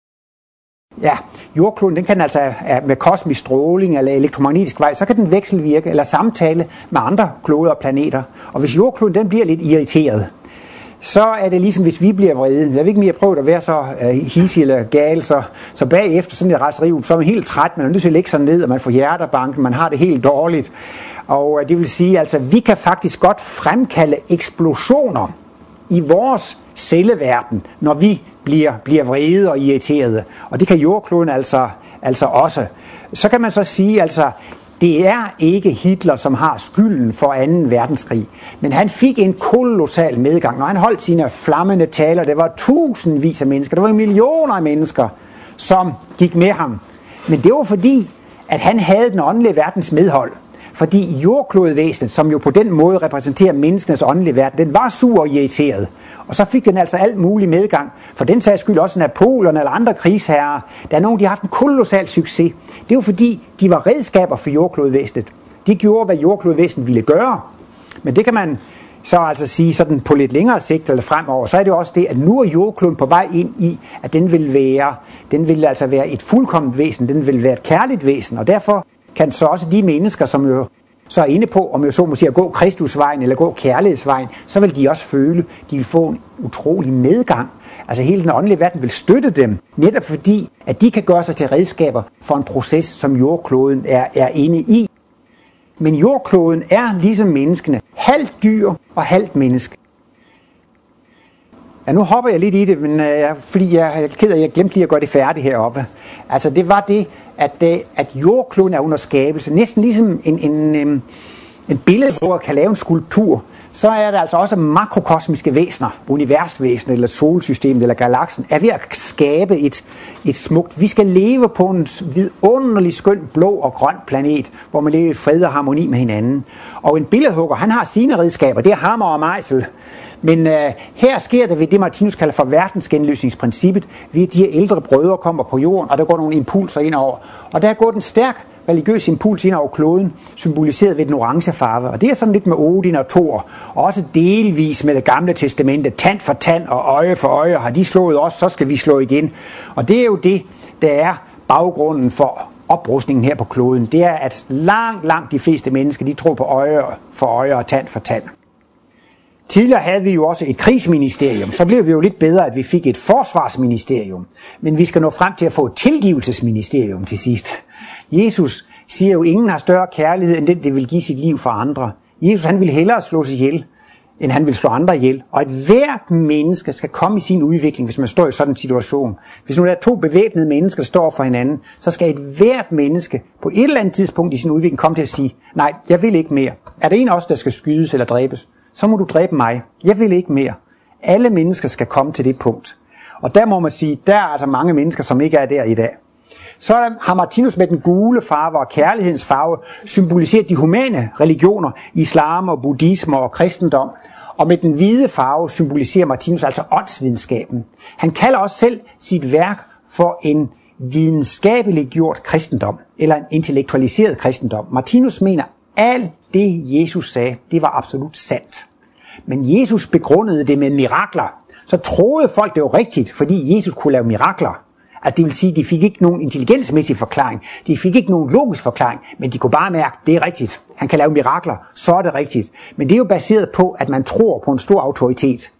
Ja, jordkloden, den kan altså med kosmisk stråling eller elektromagnetisk vej, så kan den vekselvirke eller samtale med andre kloder og planeter. Og hvis jordkloden, den bliver lidt irriteret, så er det ligesom hvis vi bliver vrede. Jeg ved ikke, om jeg har prøvet at være så hissig eller gal, så bagefter sådan et raseri, så er man helt træt, man er nødt til at lægge sig ned, og man får hjertebanken, man har det helt dårligt. Og det vil sige, altså vi kan faktisk godt fremkalde eksplosioner i vores celleverden, når vi bliver vrede og irriterede. Og det kan jordkloden altså også. Så kan man så sige, altså det er ikke Hitler, som har skylden for 2. verdenskrig, men han fik en kolossal medgang. Når han holdt sine flammende taler, der var tusindvis af mennesker, der var millioner af mennesker, som gik med ham. Men det var fordi, at han havde den åndelige verdens medhold. Fordi jordklodvæsenet, som jo på den måde repræsenterer menneskenes åndelige verden, den var sur og irriteret. Og så fik den altså alt mulig medgang. For den sags skyld også Napoleon eller andre krigsherrer. Der er nogen, de har haft en kolossal succes. Det er jo fordi, de var redskaber for jordklodvæsenet. De gjorde, hvad jordklodvæsenet ville gøre. Men det kan man så altså sige sådan på lidt længere sigt eller fremover. Så er det jo også det, at nu er jordkloden på vej ind i, at den vil altså være et fuldkomment væsen. Den vil være et kærligt væsen. Og derfor kan så også de mennesker, som jo så er inde på, om jeg så må sige, at gå Kristusvejen eller gå kærlighedsvejen, så vil de også føle, de vil få en utrolig medgang. Altså hele den åndelige verden vil støtte dem, netop fordi, at de kan gøre sig til redskaber for en proces, som jordkloden er inde i. Men jordkloden er ligesom menneskene, halvt dyr og halvt menneske. Ja, nu hopper jeg lidt i det, men fordi jeg er ked af, at jeg glemte lige at gøre det færdigt heroppe. Altså det var det, at jordkloden er under skabelse. Næsten ligesom en billede, hvor man kan lave en skulptur, så er der altså også makrokosmiske væsener, universvæsenet eller solsystemet eller galaksen, er ved at skabe et smukt. Vi skal leve på en vidunderlig skøn blå og grøn planet, hvor man lever i fred og harmoni med hinanden. Og en billedhugger, han har sine redskaber, det er hammer og mejsel. Men her sker det ved det, Martinus kalder for verdensgenløsningsprincippet, ved at de her ældre brødre kommer på jorden, og der går nogle impulser ind over. Og der går den stærk religiøs impuls ind over kloden, symboliseret ved den orange farve. Og det er sådan lidt med Odin og Thor, og også delvis med det gamle testamente, tand for tand og øje for øje. Har de slået os, så skal vi slå igen. Og det er jo det, der er baggrunden for oprustningen her på kloden. Det er, at langt de fleste mennesker, de tror på øje for øje og tand for tand. Tidligere havde vi jo også et krigsministerium, så blev vi jo lidt bedre, at vi fik et forsvarsministerium. Men vi skal nå frem til at få et tilgivelsesministerium til sidst. Jesus siger jo, at ingen har større kærlighed, end den, der vil give sit liv for andre. Jesus, han vil hellere slå sig ihjel, end han vil slå andre ihjel. Og et hvert menneske skal komme i sin udvikling, hvis man står i sådan en situation. Hvis nu der er 2 bevæbnede mennesker, der står for hinanden, så skal et hvert menneske på et eller andet tidspunkt i sin udvikling komme til at sige, nej, jeg vil ikke mere. Er der en af os, der skal skydes eller dræbes, så må du dræbe mig. Jeg vil ikke mere. Alle mennesker skal komme til det punkt. Og der må man sige, der er altså mange mennesker, som ikke er der i dag. Så har Martinus med den gule farve og kærlighedens farve symboliseret de humane religioner, islam og buddhisme og kristendom. Og med den hvide farve symboliserer Martinus altså åndsvidenskaben. Han kalder også selv sit værk for en videnskabeligt gjort kristendom, eller en intellektualiseret kristendom. Martinus mener, alt det Jesus sagde, det var absolut sandt. Men Jesus begrundede det med mirakler. Så troede folk, det var rigtigt, fordi Jesus kunne lave mirakler. At det vil sige, at de fik ikke nogen intelligensmæssig forklaring. De fik ikke nogen logisk forklaring, men de kunne bare mærke, at det er rigtigt. Han kan lave mirakler, så er det rigtigt. Men det er jo baseret på, at man tror på en stor autoritet.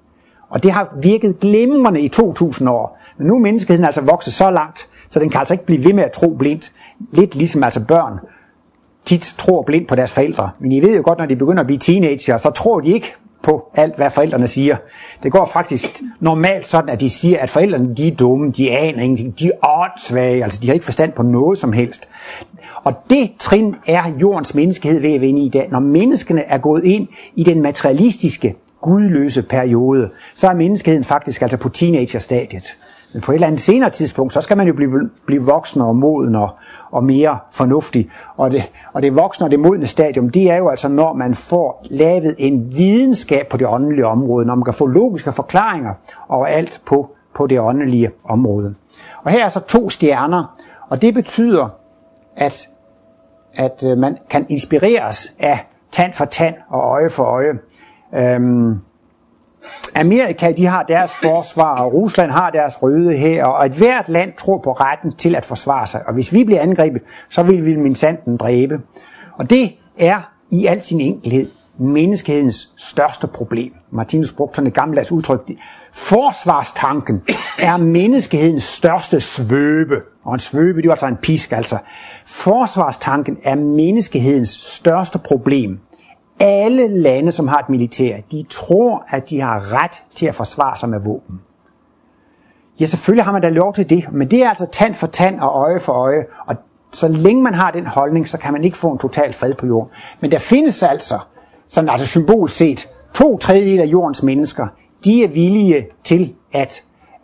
Og det har virket glimrende i 2000 år. Men nu er menneskeheden altså vokset så langt, så den kan altså ikke blive ved med at tro blindt. Lidt ligesom altså børn tit tror blindt på deres forældre. Men I ved jo godt, når de begynder at blive teenager, så tror de ikke på alt, hvad forældrene siger. Det går faktisk normalt sådan, at de siger, at forældrene de er dumme, de aner ingenting, de er åndssvage, altså de har ikke forstand på noget som helst. Og det trin er jordens menneskehed ved at vinde i dag. Når menneskene er gået ind i den materialistiske, gudløse periode, så er menneskeheden faktisk altså på teenagerstadiet. Men på et eller andet senere tidspunkt, så skal man jo blive voksen og moden og mere fornuftig. Og det voksne og det modne stadium, det er jo altså, når man får lavet en videnskab på det åndelige område, når man kan få logiske forklaringer overalt på det åndelige område. Og her er så 2 stjerner, og det betyder, at man kan inspireres af tand for tand og øje for øje. Amerika, de har deres forsvar, og Rusland har deres røde hær, og et hvert land tror på retten til at forsvare sig. Og hvis vi bliver angrebet, så vil vi minsandten dræbe. Og det er i al sin enkelhed menneskehedens største problem. Martinus brugte sådan et gammeldags udtryk. Forsvarstanken er menneskehedens største svøbe. Og en svøbe, det er altså en pisk, altså. Forsvarstanken er menneskehedens største problem. Alle lande, som har et militær, de tror, at de har ret til at forsvare sig med våben. Ja, selvfølgelig har man da lov til det, men det er altså tand for tand og øje for øje. Og så længe man har den holdning, så kan man ikke få en total fred på jorden. Men der findes altså, sådan altså symbolsk set, 2/3 af jordens mennesker, de er villige til at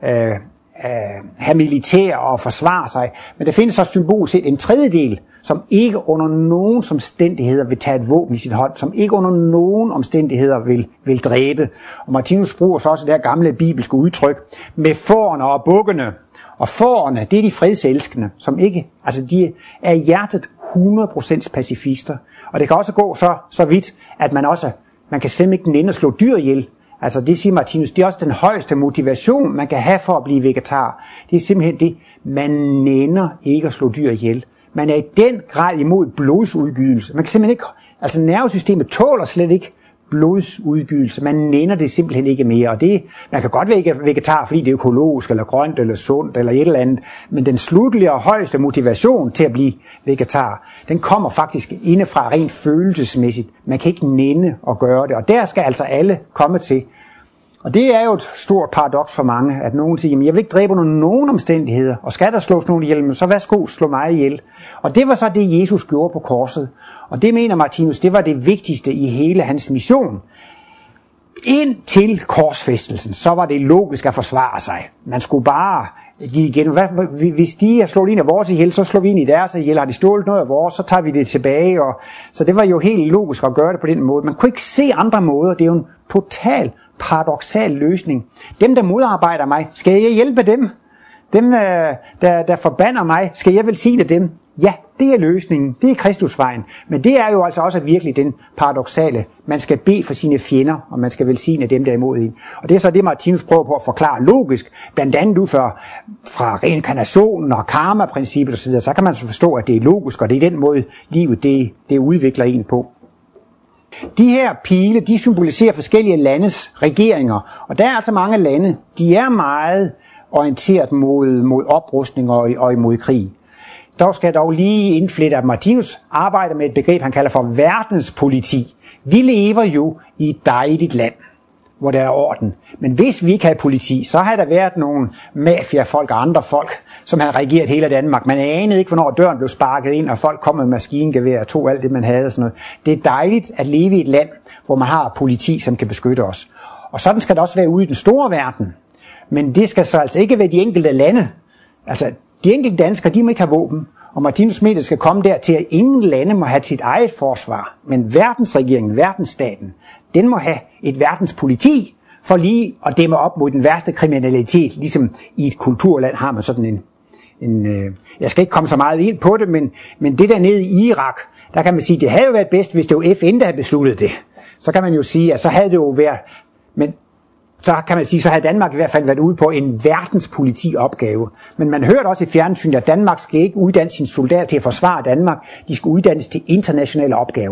have militær og forsvare sig. Men der findes så symbolsk set 1/3, som ikke under nogen omstændigheder vil tage et våben i sin hånd, som ikke under nogen omstændigheder vil dræbe. Og Martinus bruger så også det her gamle bibelske udtryk med fårene og bukkene. Og fårene, det er de fredselskende, som ikke, altså de er i hjertet 100% pacifister. Og det kan også gå så vidt, at man kan simpelthen ikke nænde at slå dyr ihjel. Altså det siger Martinus, det er også den højeste motivation, man kan have for at blive vegetar. Det er simpelthen det, man nænder ikke at slå dyr ihjel. Man er i den grad imod blodsudgydelse. Man kan simpelthen ikke, altså nervesystemet tåler slet ikke blodsudgydelse. Man nænder det simpelthen ikke mere. Og det, man kan godt være vegetar, fordi det er økologisk, eller grønt, eller sundt, eller et eller andet. Men den slutlige og højeste motivation til at blive vegetar, den kommer faktisk indefra rent følelsesmæssigt. Man kan ikke nænde at gøre det. Og der skal altså alle komme til. Og det er jo et stort paradoks for mange, at nogen siger, jeg vil ikke dræbe under nogen omstændigheder, og skal der slås nogen ihjel, så værsgo, slå mig ihjel. Og det var så det, Jesus gjorde på korset. Og det mener Martinus, det var det vigtigste i hele hans mission. Indtil korsfæstelsen, så var det logisk at forsvare sig. Man skulle bare give igen. Hvis de har slået en af vores ihjel, så slår vi ind i deres ihjel. Har de stjålet noget af vores, så tager vi det tilbage. Så det var jo helt logisk at gøre det på den måde. Man kunne ikke se andre måder. Det er jo en total paradoksal løsning. Dem, der modarbejder mig, skal jeg hjælpe dem? Dem, der forbander mig, skal jeg velsigne dem? Ja, det er løsningen. Det er Kristusvejen. Men det er jo altså også virkelig den paradoksale. Man skal bede for sine fjender, og man skal velsigne dem, der er imod en. Og det er så det, Martinus prøver på at forklare logisk, blandt andet ud fra reinkarnationen og karma-princippet osv. Så kan man så forstå, at det er logisk, og det er den måde, livet det udvikler en på. De her pile, de symboliserer forskellige landes regeringer, og der er altså mange lande, de er meget orienteret mod oprustning og imod krig. Der skal dog lige indflette, at Martinus arbejder med et begreb, han kalder for verdenspoliti. Vi lever jo i et dejligt land, hvor der er orden. Men hvis vi ikke havde politi, så havde der været nogle mafiafolk og andre folk, som havde regeret hele Danmark. Man anede ikke, hvornår døren blev sparket ind, og folk kom med maskingevær og tog alt det, man havde. Og sådan noget. Det er dejligt at leve i et land, hvor man har politi, som kan beskytte os. Og sådan skal det også være ude i den store verden. Men det skal så altså ikke være de enkelte lande. Altså, de enkelte danskere, de må ikke have våben. Og Martinus mener, skal komme dertil, at ingen lande må have sit eget forsvar. Men verdensregeringen, verdensstaten, den må have et verdenspoliti for lige at dæmme op mod den værste kriminalitet. Ligesom i et kulturland har man sådan en jeg skal ikke komme så meget ind på det, men det der nede i Irak, der kan man sige, det havde jo været bedst, hvis det var FN, der havde besluttet det. Så kan man jo sige, at så havde det jo været, men så kan man sige, så havde Danmark i hvert fald været ude på en verdenspolitiopgave. Men man hørte også i fjernsynet, at Danmark skal ikke uddanne sine soldater til at forsvare Danmark. De skal uddannes til internationale opgaver.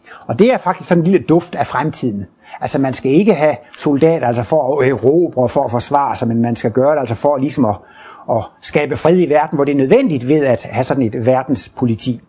Og det er faktisk sådan en lille duft af fremtiden. Altså man skal ikke have soldater altså for at erobre og for at forsvare sig, men man skal gøre det altså for ligesom at skabe fred i verden, hvor det er nødvendigt ved at have sådan et verdenspoliti.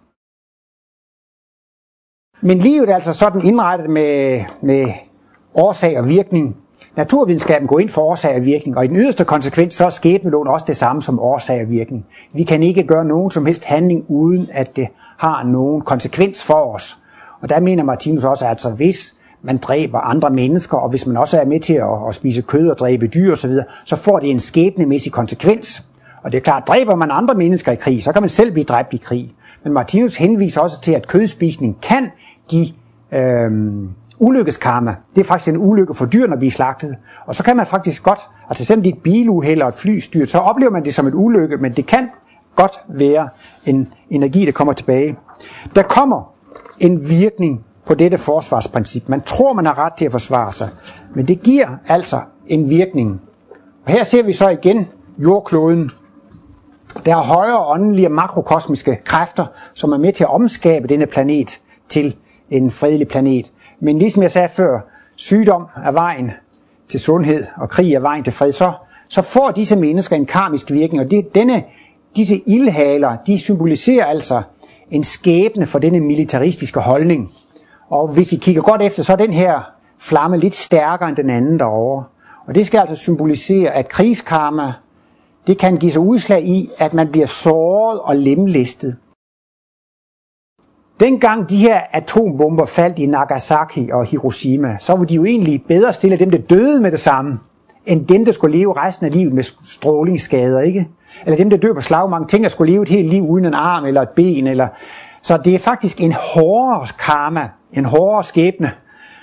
Men livet er altså sådan indrettet med årsag og virkning. Naturvidenskaben går ind for årsag og virkning, og i den yderste konsekvens så er skæbneloven også det samme som årsag og virkning. Vi kan ikke gøre nogen som helst handling, uden at det har nogen konsekvens for os. Og der mener Martinus også, at altså, hvis man dræber andre mennesker, og hvis man også er med til at spise kød og dræbe dyr osv., så får det en skæbnemæssig konsekvens. Og det er klart, dræber man andre mennesker i krig, så kan man selv blive dræbt i krig. Men Martinus henviser også til, at kødspisning kan give ulykkeskarma. Det er faktisk en ulykke for dyrene at blive slagtet. Og så kan man faktisk godt, altså selvom det er et biluheld og et flystyrt, så oplever man det som et ulykke, men det kan godt være en energi, der kommer tilbage. Der kommer en virkning på dette forsvarsprincip. Man tror, man har ret til at forsvare sig, men det giver altså en virkning. Og her ser vi så igen jordkloden. Der er højere åndelige og makrokosmiske kræfter, som er med til at omskabe denne planet til en fredelig planet. Men ligesom jeg sagde før, sygdom er vejen til sundhed, og krig er vejen til fred, så får disse mennesker en karmisk virkning, og disse ildhaler, de symboliserer altså en skæbne for denne militaristiske holdning. Og hvis I kigger godt efter, så er den her flamme lidt stærkere end den anden derovre. Og det skal altså symbolisere, at krigskarma, det kan give sig udslag i, at man bliver såret og lemlæstet. Dengang de her atombomber faldt i Nagasaki og Hiroshima, så var de jo egentlig bedre stillet dem, der døde med det samme, end dem, der skulle leve resten af livet med strålingsskader, ikke? Eller dem, der dør på slagmarken, tænker at skulle leve et helt liv uden en arm eller et ben. Så det er faktisk en hårdere karma, en hårdere skæbne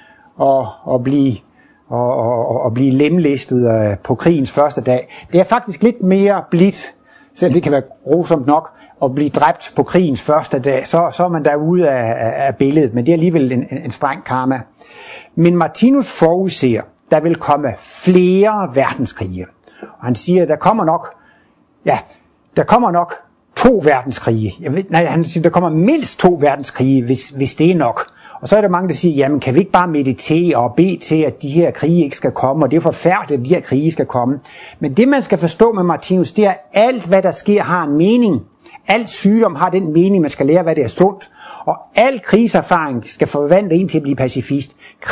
at blive lemlæstet på krigens første dag. Det er faktisk lidt mere blidt, selvom det kan være grusomt nok, at blive dræbt på krigens første dag, så er man derude af billedet, men det er alligevel en streng karma. Men Martinus forudser, der vil komme flere verdenskrige. Og han siger, at der kommer nok 2 verdenskrige. Han siger, der kommer mindst 2 verdenskrige, hvis det er nok. Og så er der mange, der siger, jamen kan vi ikke bare meditere og bede til, at de her krige ikke skal komme, og det er forfærdeligt, at de her krige skal komme. Men det man skal forstå med Martinus, det er, at alt hvad der sker har en mening. Alt sygdom har den mening, man skal lære, hvad det er sundt. Og al krigserfaring skal forvandle en til at blive pacifist.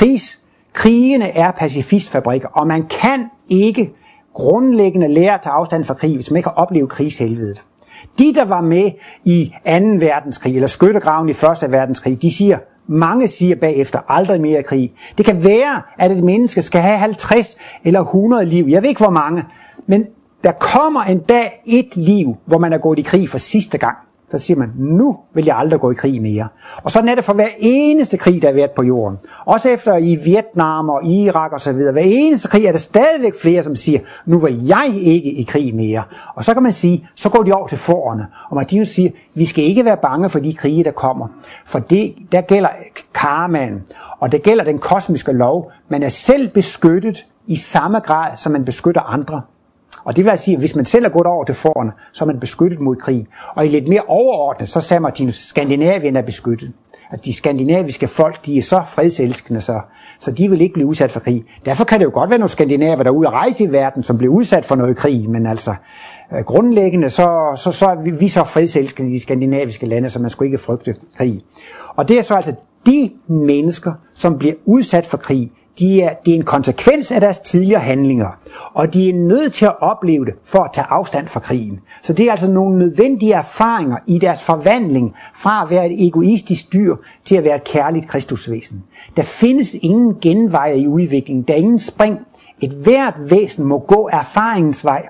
Krigene er pacifistfabrikker, og man kan ikke grundlæggende lære at tage afstand fra krig, hvis man ikke har oplevet krigshelvedet. De, der var med i 2. verdenskrig, eller skyttegraven i 1. verdenskrig, mange siger bagefter aldrig mere krig. Det kan være, at et menneske skal have 50 eller 100 liv. Jeg ved ikke hvor mange, men der kommer en dag et liv, hvor man er gået i krig for sidste gang. Så siger man, nu vil jeg aldrig gå i krig mere. Og sådan er det for hver eneste krig, der har været på jorden. Også efter i Vietnam og Irak og så videre. Hver eneste krig er der stadigvæk flere, som siger, nu vil jeg ikke i krig mere. Og så kan man sige, så går de over til forerne. Og Martinus siger, vi skal ikke være bange for de krige, der kommer. For der gælder karmaen, og der gælder den kosmiske lov. Man er selv beskyttet i samme grad, som man beskytter andre. Og det vil sige, at hvis man selv er gået over til forerne, så er man beskyttet mod krig. Og i lidt mere overordnet, så sagde Martinus, Skandinavien er beskyttet. Altså de skandinaviske folk, de er så fredselskende, så de vil ikke blive udsat for krig. Derfor kan det jo godt være nogle skandinaver, der er ude at rejse i verden, som bliver udsat for noget krig. Men altså grundlæggende, så er vi så fredselskende i de skandinaviske lande, så man skulle ikke frygte krig. Og det er så altså de mennesker, som bliver udsat for krig, det er en konsekvens af deres tidligere handlinger, og de er nødt til at opleve det for at tage afstand fra krigen. Så det er altså nogle nødvendige erfaringer i deres forvandling fra at være et egoistisk dyr til at være et kærligt kristusvæsen. Der findes ingen genveje i udviklingen, der er ingen spring. Et hvert væsen må gå erfaringens vej.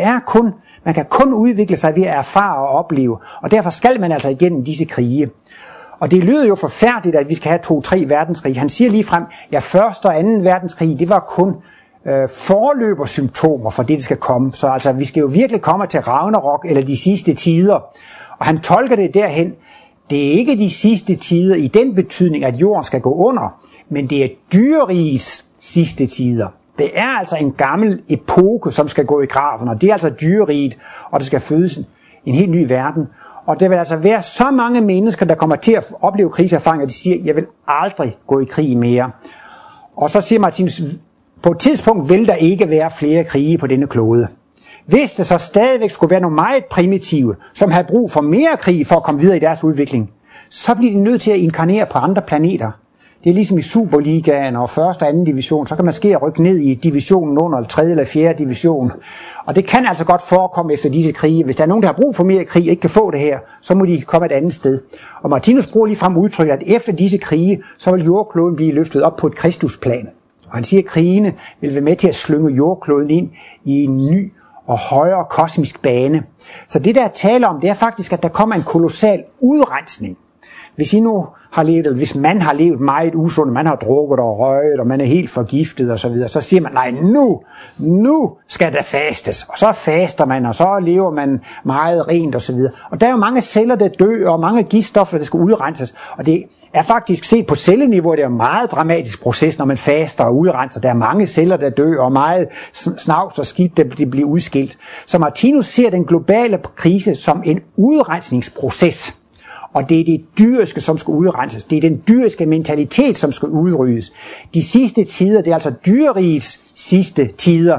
Man kan kun udvikle sig ved at erfare og opleve, og derfor skal man altså igennem disse krige. Og det lyder jo forfærdeligt, at vi skal have 2-3 verdenskrige. Han siger lige frem, ja, 1. og 2. verdenskrig, det var kun forløbersymptomer for det skal komme. Så altså, vi skal jo virkelig komme til Ragnarok, eller de sidste tider. Og han tolker det derhen, det er ikke de sidste tider i den betydning, at jorden skal gå under, men det er dyrerigets sidste tider. Det er altså en gammel epoke, som skal gå i graven, og det er altså dyreriget, og der skal fødes en helt ny verden. Og det vil altså være så mange mennesker, der kommer til at opleve krigserfaringer, de siger, jeg vil aldrig gå i krig mere. Og så siger Martinus, på et tidspunkt vil der ikke være flere krige på denne klode. Hvis det så stadigvæk skulle være nogle meget primitive, som har brug for mere krig for at komme videre i deres udvikling, så bliver de nødt til at inkarnere på andre planeter. Det er ligesom i Superligaen og 1. og 2. division, så kan man ske at rykke ned i divisionen under 3. eller 4. division. Og det kan altså godt forekomme efter disse krige. Hvis der er nogen, der har brug for mere krig, ikke kan få det her, så må de komme et andet sted. Og Martinus bruger lige frem udtrykket, at efter disse krige, så vil jordkloden blive løftet op på et kristusplan. Og han siger, at krigene vil være med til at slynge jordkloden ind i en ny og højere kosmisk bane. Så det der taler om, det er faktisk, at der kommer en kolossal udrensning. Hvis I nu har levet, eller hvis man har levet meget usundt, man har drukket og røget, og man er helt forgiftet og så videre, så siger man, nej, nu skal der fastes. Og så faster man, og så lever man meget rent og så videre. Og der er jo mange celler, der dør, og mange giftstoffer, der skal udrenses. Og det er faktisk set på celleniveau, det er en meget dramatisk proces, når man faster og udrenser. Der er mange celler, der dør, og meget snavs og skidt, der bliver udskilt. Så Martinus ser den globale krise som en udrensningsproces. Og det er det dyriske, som skal udrenses. Det er den dyriske mentalitet, som skal udryddes. De sidste tider, det er altså dyrerigets sidste tider.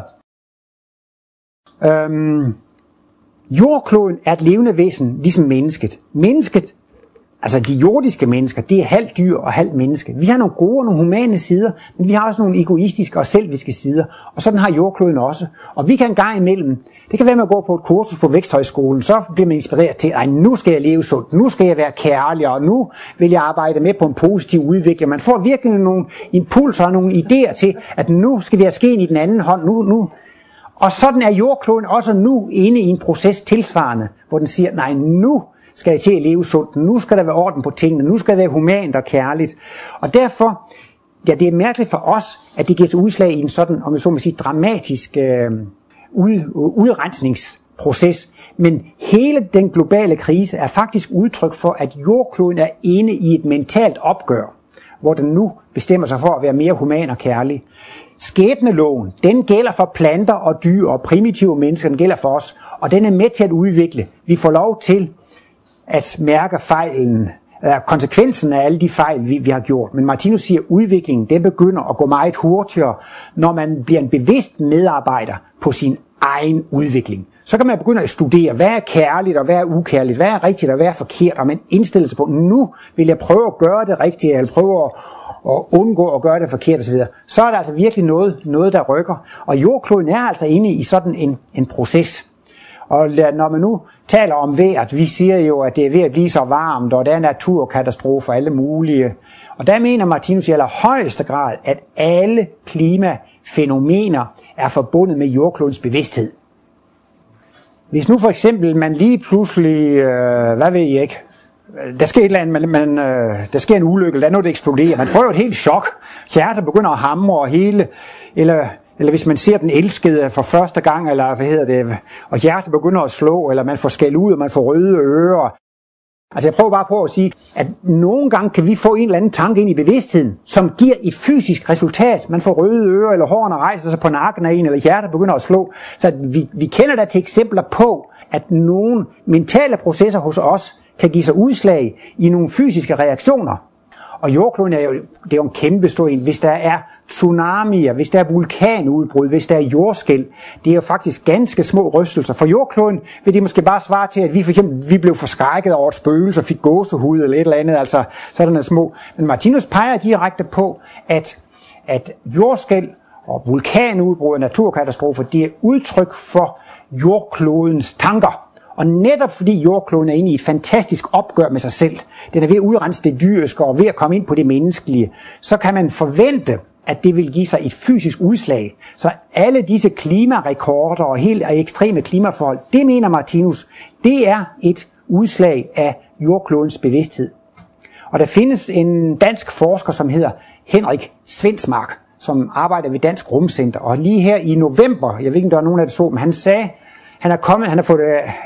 Jordkloden er et levende væsen, ligesom mennesket. Mennesket, altså de jordiske mennesker, det er halvt dyr og halvt menneske. Vi har nogle gode og nogle humane sider, men vi har også nogle egoistiske og selviske sider. Og sådan har jordkloden også. Og vi kan en gang imellem, det kan være med at gå på et kursus på Væksthøjskolen, så bliver man inspireret til, at nu skal jeg leve sundt, nu skal jeg være kærlig, og nu vil jeg arbejde med på en positiv udvikling. Man får virkelig nogle impulser og nogle idéer til, at nu skal vi have skeen i den anden hånd, nu. Og sådan er jordkloden også nu inde i en proces tilsvarende, hvor den siger, nej, nu skal jeg til at leve sundt, nu skal der være orden på tingene, nu skal det være humant og kærligt. Og derfor, ja, det er mærkeligt for os, at det giver sig udslag i en sådan, om jeg så må sige, dramatisk udrensningsproces. Men hele den globale krise er faktisk udtryk for, at jordkloden er inde i et mentalt opgør, hvor den nu bestemmer sig for at være mere human og kærlig. Skæbneloven, den gælder for planter og dyr og primitive mennesker, den gælder for os, og den er med til at udvikle. Vi får lov til at mærke fejlen, konsekvensen af alle de fejl, vi har gjort. Men Martinus siger, at udviklingen den begynder at gå meget hurtigere, når man bliver en bevidst medarbejder på sin egen udvikling. Så kan man begynde at studere, hvad er kærligt og hvad er ukærligt, hvad er rigtigt og hvad er forkert, og man indstiller sig på, nu vil jeg prøve at gøre det rigtigt, eller prøve at undgå at gøre det forkert osv. Så er der altså virkelig noget, der rykker. Og jordkloden er altså inde i sådan en proces. Og når man nu taler om vejret, vi siger jo, at det er ved at blive så varmt, og der er naturkatastrofer alle mulige. Og der mener Martinus i allerhøjeste grad, at alle klimafænomener er forbundet med jordklodens bevidsthed. Hvis nu for eksempel man lige pludselig, hvad ved jeg ikke, der sker et eller andet, der sker en ulykke, der er noget, der eksploderer, man får jo et helt chok, hjertet begynder at hamre og hele, eller hvis man ser den elskede for første gang, eller og hjertet begynder at slå, eller man får skæld ud, og man får røde ører. Altså jeg prøver bare på at sige, at nogle gange kan vi få en eller anden tanke ind i bevidstheden, som giver et fysisk resultat. Man får røde ører, eller hårene rejser sig på nakken af en, eller hjertet begynder at slå. Så vi kender der til eksempler på, at nogle mentale processer hos os kan give sig udslag i nogle fysiske reaktioner. Og jordkloden det er jo en kæmpe stor en. Hvis der er tsunamier, hvis der er vulkanudbrud, hvis der er jordskælv, det er jo faktisk ganske små rystelser. For jordkloden vil det måske bare svare til, at vi for eksempel blev forskrækket over et spøgelse og fik gåsehud eller et eller andet, altså sådan små. Men Martinus peger direkte på, at jordskælv og vulkanudbrud og naturkatastrofer, det er udtryk for jordklodens tanker. Og netop fordi jordkloden er inde i et fantastisk opgør med sig selv, den er ved at udrense det dyriske og ved at komme ind på det menneskelige, så kan man forvente, at det vil give sig et fysisk udslag. Så alle disse klimarekorder og helt ekstreme klimaforhold, det mener Martinus, det er et udslag af jordklodens bevidsthed. Og der findes en dansk forsker, som hedder Henrik Svendsmark, som arbejder ved Dansk Rumcenter. Og lige her i november, jeg ved ikke, om der er nogen af det så, men han sagde, han har fået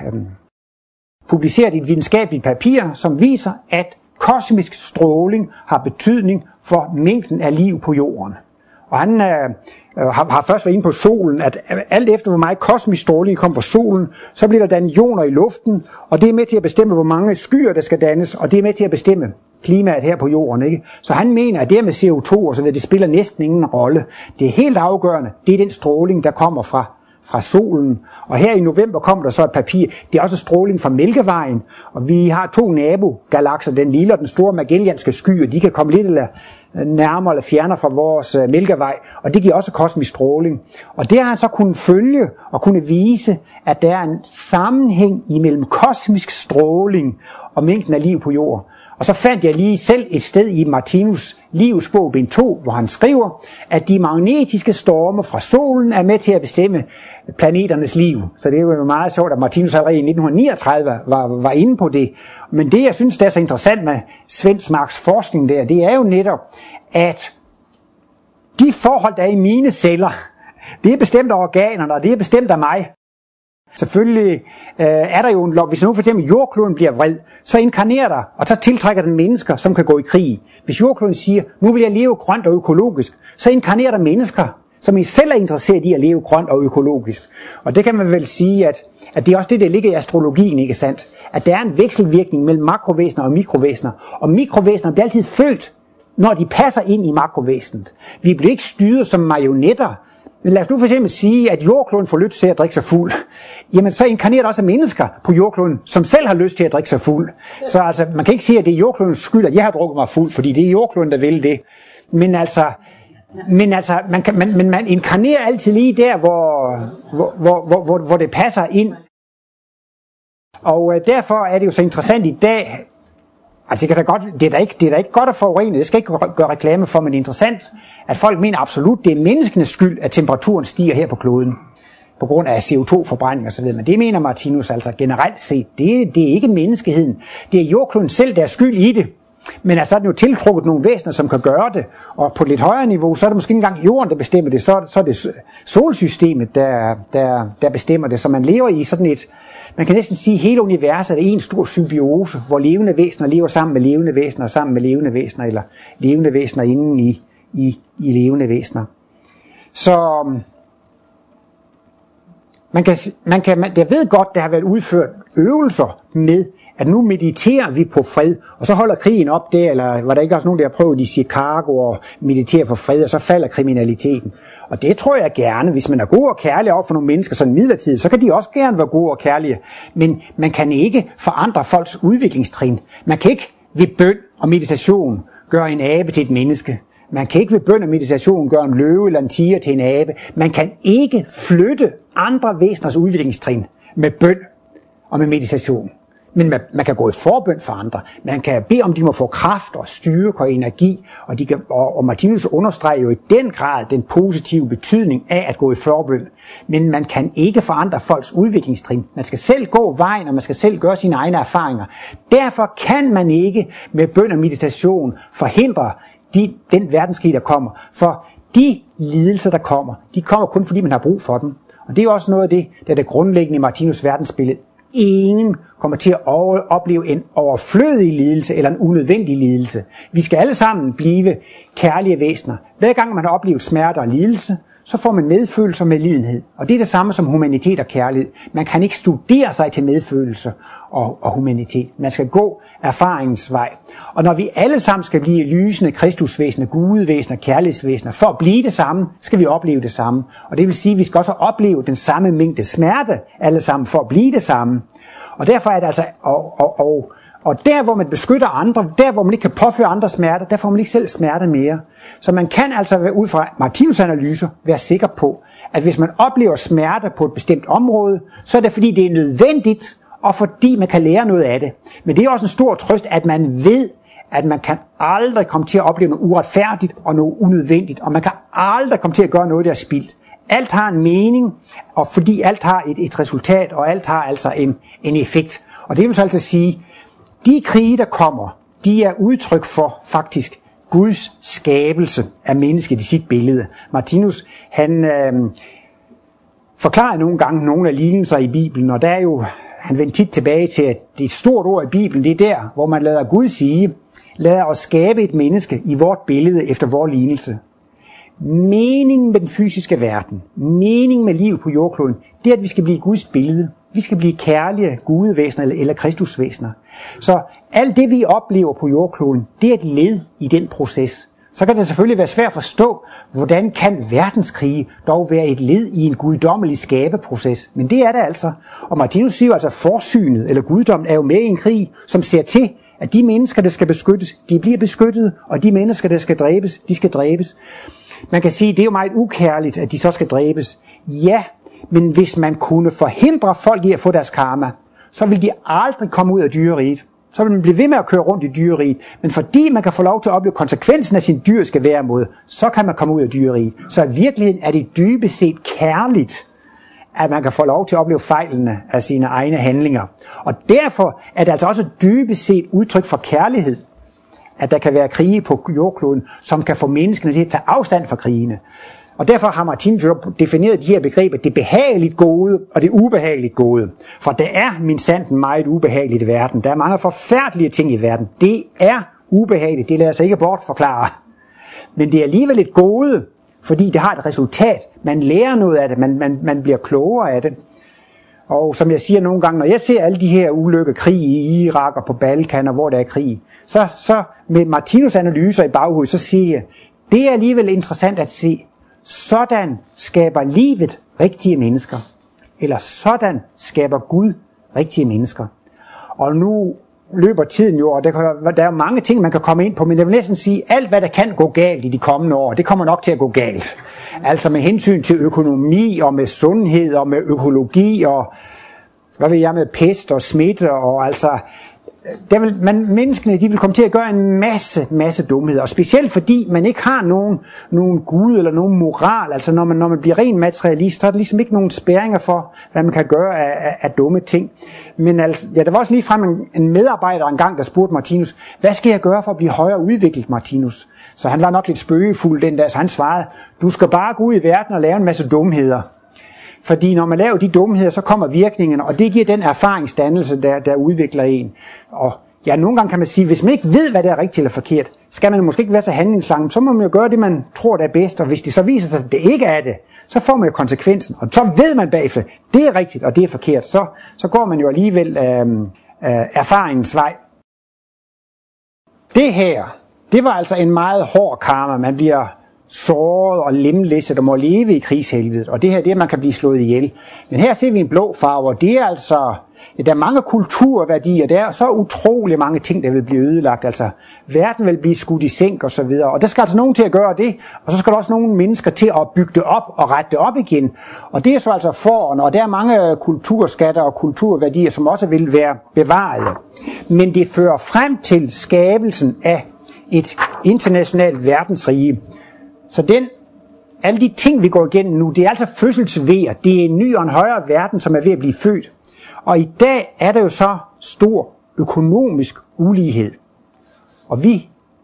publiceret et videnskabeligt papir, som viser, at kosmisk stråling har betydning for mængden af liv på jorden. Og han har først været inde på solen, at alt efter hvor meget kosmisk stråling kommer fra solen, så bliver der dannet ioner i luften, og det er med til at bestemme, hvor mange skyer der skal dannes, og det er med til at bestemme klimaet her på jorden, ikke? Så han mener, at det med CO2 og så videre, det spiller næsten ingen rolle. Det er helt afgørende, det er den stråling, der kommer fra solen. Og her i november kommer der så et papir. Det er også stråling fra Mælkevejen, og vi har 2 nabogalakser, den lille og den store Magellanske sky, og de kan komme lidt eller nærmere eller fjernere fra vores Mælkevej, og det giver også kosmisk stråling. Og det har han så kunnet følge og kunne vise, at der er en sammenhæng imellem kosmisk stråling og mængden af liv på jorden. Og så fandt jeg lige selv et sted i Martinus Livsbog, bind 2, hvor han skriver, at de magnetiske storme fra solen er med til at bestemme planeternes liv. Så det er jo meget sjovt, at Martinus allerede i 1939 var inde på det. Men det, jeg synes, der er så interessant med Svensmarks forskning der, det er jo netop, at de forhold, der er i mine celler, det er bestemt af organerne, og det er bestemt af mig. Selvfølgelig er der jo en lov, hvis nu for eksempel jordkloden bliver vred, så inkarnerer der, og så tiltrækker den mennesker, som kan gå i krig. Hvis jordkloden siger, nu vil jeg leve grønt og økologisk, så inkarnerer der mennesker, som selv er interesseret i at leve grønt og økologisk. Og det kan man vel sige, at det er også det, der ligger i astrologien, ikke sandt? At der er en vekselvirkning mellem makrovæsener og mikrovæsener. Og mikrovæsener bliver altid født, når de passer ind i makrovæsenet. Vi bliver ikke styret som marionetter. Men lad os nu for eksempel sige, at jordkloden får lyst til at drikke sig fuld. Jamen så inkarnerer der også mennesker på jordkloden, som selv har lyst til at drikke sig fuld. Så altså, man kan ikke sige, at det er jordklodens skyld, at jeg har drukket mig fuld, fordi det er jordkloden, der vil det. Men man inkarnerer altid lige der, hvor det passer ind. Og derfor er det jo så interessant i dag. Altså det er da ikke godt at forurene, det skal ikke gøre reklame for, men det er interessant, at folk mener absolut, det er menneskenes skyld, at temperaturen stiger her på kloden, på grund af CO2-forbrænding og så videre. Men det mener Martinus altså generelt set, det er ikke menneskeheden. Det er jordkloden selv, der er skyld i det. Men altså er den jo tiltrukket nogle væsener, som kan gøre det, og på et lidt højere niveau, så er det måske ikke engang jorden, der bestemmer det, så er det solsystemet, der bestemmer det. Så man lever i sådan et, man kan næsten sige, at hele universet er en stor symbiose, hvor levende væsener lever sammen med levende væsener, og sammen med levende væsener, eller levende væsener inden i levende væsener. Så jeg ved godt, der har været udført øvelser med, at nu mediterer vi på fred, og så holder krigen op der, eller var der ikke også nogen, der har prøvet i Chicago og meditere for fred, og så falder kriminaliteten. Og det tror jeg gerne, hvis man er god og kærlig over for nogle mennesker, sådan midlertidigt, så kan de også gerne være gode og kærlige. Men man kan ikke forandre folks udviklingstrin. Man kan ikke ved bøn og meditation gøre en abe til et menneske. Man kan ikke ved bøn og meditation gøre en løve eller en tiger til en abe. Man kan ikke flytte andre væseners udviklingstrin med bøn og med meditation. Men man kan gå et forbøn for andre. Man kan bede om, de må få kraft og styrke og energi. Og Martinus understreger jo i den grad den positive betydning af at gå i forbøn. Men man kan ikke forandre folks udviklingstrin. Man skal selv gå vejen, og man skal selv gøre sine egne erfaringer. Derfor kan man ikke med bøn og meditation forhindre den verdenskrig, der kommer. For de lidelser, der kommer, de kommer kun fordi man har brug for dem. Og det er også noget af det, der er det grundlæggende i Martinus verdensbillede. Ingen kommer til at opleve en overflødig lidelse eller en unødvendig lidelse. Vi skal alle sammen blive kærlige væsener. Hver gang man har oplevet smerte og lidelse, så får man medfølelse og medlidenhed. Og det er det samme som humanitet og kærlighed. Man kan ikke studere sig til medfølelse og humanitet. Man skal gå erfaringens vej. Og når vi alle sammen skal blive lysende kristusvæsener, gudevæsener, kærlighedsvæsener, for at blive det samme, skal vi opleve det samme. Og det vil sige, at vi skal også opleve den samme mængde smerte alle sammen for at blive det samme. Og derfor er det altså, og der hvor man beskytter andre, der hvor man ikke kan påføre andre smerter, der får man ikke selv smerte mere. Så man kan altså ud fra Martinus' analyser være sikker på, at hvis man oplever smerte på et bestemt område, så er det fordi det er nødvendigt, og fordi man kan lære noget af det. Men det er også en stor trøst, at man ved, at man kan aldrig komme til at opleve noget uretfærdigt og noget unødvendigt, og man kan aldrig komme til at gøre noget, der er spildt. Alt har en mening, og fordi alt har et resultat, og alt har altså en effekt. Og det vil så altså sige, de krige, der kommer, de er udtryk for faktisk Guds skabelse af mennesket i sit billede. Martinus, han forklarer nogle gange nogle af lignelser i Bibelen, og der er jo, han vendte tit tilbage til, at det er et stort ord i Bibelen, det er der, hvor man lader Gud sige, lad os skabe et menneske i vort billede efter vor lignelse. meningen med den fysiske verden, meningen med liv på jordkloden, det er, at vi skal blive Guds billede. Vi skal blive kærlige gudevæsener eller kristusvæsener. Så alt det, vi oplever på jordkloden, det er et led i den proces. Så kan det selvfølgelig være svært at forstå, hvordan kan verdenskrige dog være et led i en guddommelig skabeproces. Men det er det altså. Og Martinus siger altså, forsynet eller guddommen er jo med i en krig, som ser til, at de mennesker, der skal beskyttes, de bliver beskyttet, og de mennesker, der skal dræbes, de skal dræbes. Man kan sige, at det er jo meget ukærligt, at de så skal dræbes. Ja, men hvis man kunne forhindre folk i at få deres karma, så vil de aldrig komme ud af dyreriget. Så vil man blive ved med at køre rundt i dyreriget. Men fordi man kan få lov til at opleve konsekvensen af sin dyriske væremåde, så kan man komme ud af dyreriget. Så i virkeligheden er det dybest set kærligt, at man kan få lov til at opleve fejlene af sine egne handlinger. Og derfor er det altså også dybest set udtryk for kærlighed, at der kan være krige på jordkloden, som kan få menneskene til at tage afstand fra krigene. Og derfor har Martinus defineret de her begreber, det behageligt gode og det ubehageligt gode. For der er minsandt meget ubehageligt i verden. Der er mange forfærdelige ting i verden. Det er ubehageligt, det lader sig ikke bortforklare. Men det er alligevel et gode, fordi det har et resultat. Man lærer noget af det, man bliver klogere af det. Og som jeg siger nogle gange, når jeg ser alle de her ulykker, krig i Irak og på Balkan og hvor der er krig, så med Martinus' analyser i baghovedet, så siger jeg, det er alligevel interessant at se, sådan skaber livet rigtige mennesker. Eller sådan skaber Gud rigtige mennesker. Og nu løber tiden jo, og der er jo mange ting, man kan komme ind på, men jeg vil næsten sige, alt hvad der kan gå galt i de kommende år, det kommer nok til at gå galt. Altså med hensyn til økonomi, og med sundhed, og med økologi, og hvad ved jeg, med pest og smitte, og altså menneskene, de vil komme til at gøre en masse dumheder, og specielt fordi man ikke har nogen gud eller nogen moral. Altså når man bliver ren materialist, så er der ligesom ikke nogen spærringer for, hvad man kan gøre af dumme ting. Men altså, ja, der var også lige frem en medarbejder engang, der spurgte Martinus, hvad skal jeg gøre for at blive højere udviklet, Martinus? Så han var nok lidt spøgefuld den dag, så han svarede, du skal bare gå ud i verden og lave en masse dumheder. Fordi når man laver de dumheder, så kommer virkningen, og det giver den erfaringsdannelse, der udvikler en. Og ja, nogle gange kan man sige, hvis man ikke ved, hvad der er rigtigt eller forkert, skal man måske ikke være så handlingslang. Så må man jo gøre det, man tror, der er bedst, og hvis det så viser sig, at det ikke er det, så får man jo konsekvensen. Og så ved man bagefter, det er rigtigt, og det er forkert. Så går man jo alligevel erfaringens vej. Det her, det var altså en meget hård karma. Man bliver såret og lemlæsset og må leve i krigshelvedet. Og det her, det er, at man kan blive slået ihjel. Men her ser vi en blå farve, og det er altså, ja, der er mange kulturværdier, der er så utrolig mange ting, der vil blive ødelagt. Altså, verden vil blive skudt i sænk og så videre. Og der skal altså nogen til at gøre det, og så skal der også nogle mennesker til at bygge det op og rette det op igen. Og det er så altså foran, og der er mange kulturskatter og kulturværdier, som også vil være bevaret. Men det fører frem til skabelsen af et internationalt verdensrige. Så alle de ting, vi går igennem nu, det er altså fødselsvejer. Det er en ny og en højere verden, som er ved at blive født. Og i dag er der jo så stor økonomisk ulighed. Og vi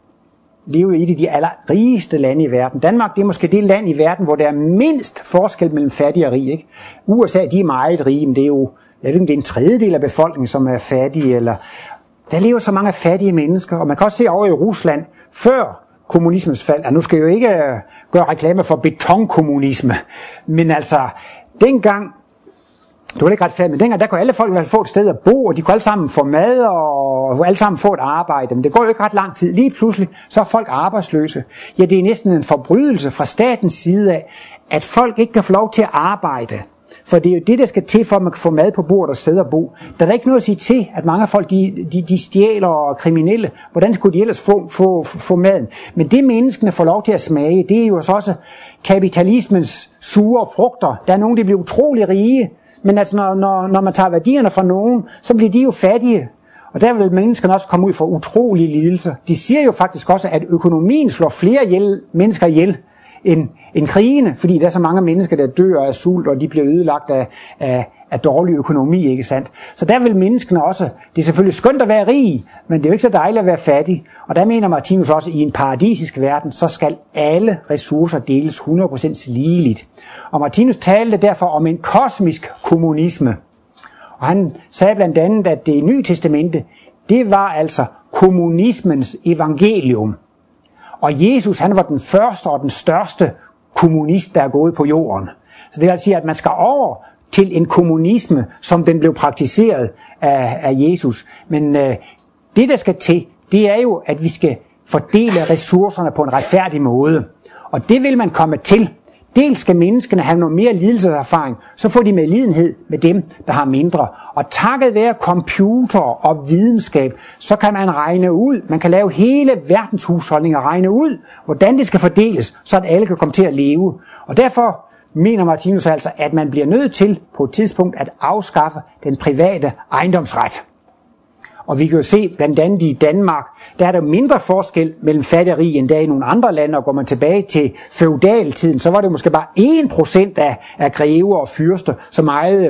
lever i et af de allerrigeste lande i verden. Danmark, det er måske det land i verden, hvor der er mindst forskel mellem fattige og rige. Ikke? USA, de er meget rige, men det er jo, jeg ved ikke, det er en tredjedel af befolkningen, som er fattige. Eller der lever så mange fattige mennesker, og man kan også se over i Rusland, før kommunismens fald. Nu skal jeg jo ikke gøre reklame for betonkommunisme, men altså, dengang, det var ikke ret færdigt, men dengang, der kunne alle folk få et sted at bo, og de kunne alle sammen få mad, og alle sammen få et arbejde, men det går jo ikke ret lang tid. Lige pludselig, så er folk arbejdsløse. Ja, det er næsten en forbrydelse fra statens side af, at folk ikke kan få lov til at arbejde. For det er jo det, der skal til, for at man kan få mad på bordet og sted at bo. Der er der ikke noget at sige til, at mange af folk, de stjæler og er kriminelle. Hvordan skulle de ellers få maden? Men det, menneskene får lov til at smage, det er jo også kapitalismens sure frugter. Der er nogen, der bliver utrolig rige, men altså, når man tager værdierne fra nogen, så bliver de jo fattige. Og der vil menneskerne også komme ud for utrolige lidelser. De siger jo faktisk også, at økonomien slår flere mennesker ihjel end krigene, fordi der er så mange mennesker, der dør af sult, og de bliver ødelagt af dårlig økonomi, ikke sandt? Så der vil menneskene også, det er selvfølgelig skønt at være rig, men det er jo ikke så dejligt at være fattig. Og der mener Martinus også, at i en paradisisk verden, så skal alle ressourcer deles 100% ligeligt. Og Martinus talte derfor om en kosmisk kommunisme. Og han sagde blandt andet, at det Nye Testamente, det var altså kommunismens evangelium. Og Jesus, han var den første og den største kommunist, der er gået på jorden. Så det vil sige, at man skal over til en kommunisme, som den blev praktiseret af Jesus. Men det, der skal til, det er jo, at vi skal fordele ressourcerne på en retfærdig måde. Og det vil man komme til. Dels skal menneskene have noget mere lidelseserfaring, så får de medlidenhed med dem, der har mindre. Og takket være computer og videnskab, så kan man regne ud, man kan lave hele verdenshusholdninger regne ud, hvordan det skal fordeles, så at alle kan komme til at leve. Og derfor mener Martinus altså, at man bliver nødt til på et tidspunkt at afskaffe den private ejendomsret. Og vi kan jo se, blandt andet i Danmark, der er der mindre forskel mellem fattig og rig end der i nogle andre lande, og går man tilbage til feudaltiden, så var det måske bare 1% af grever og fyrster, som ejede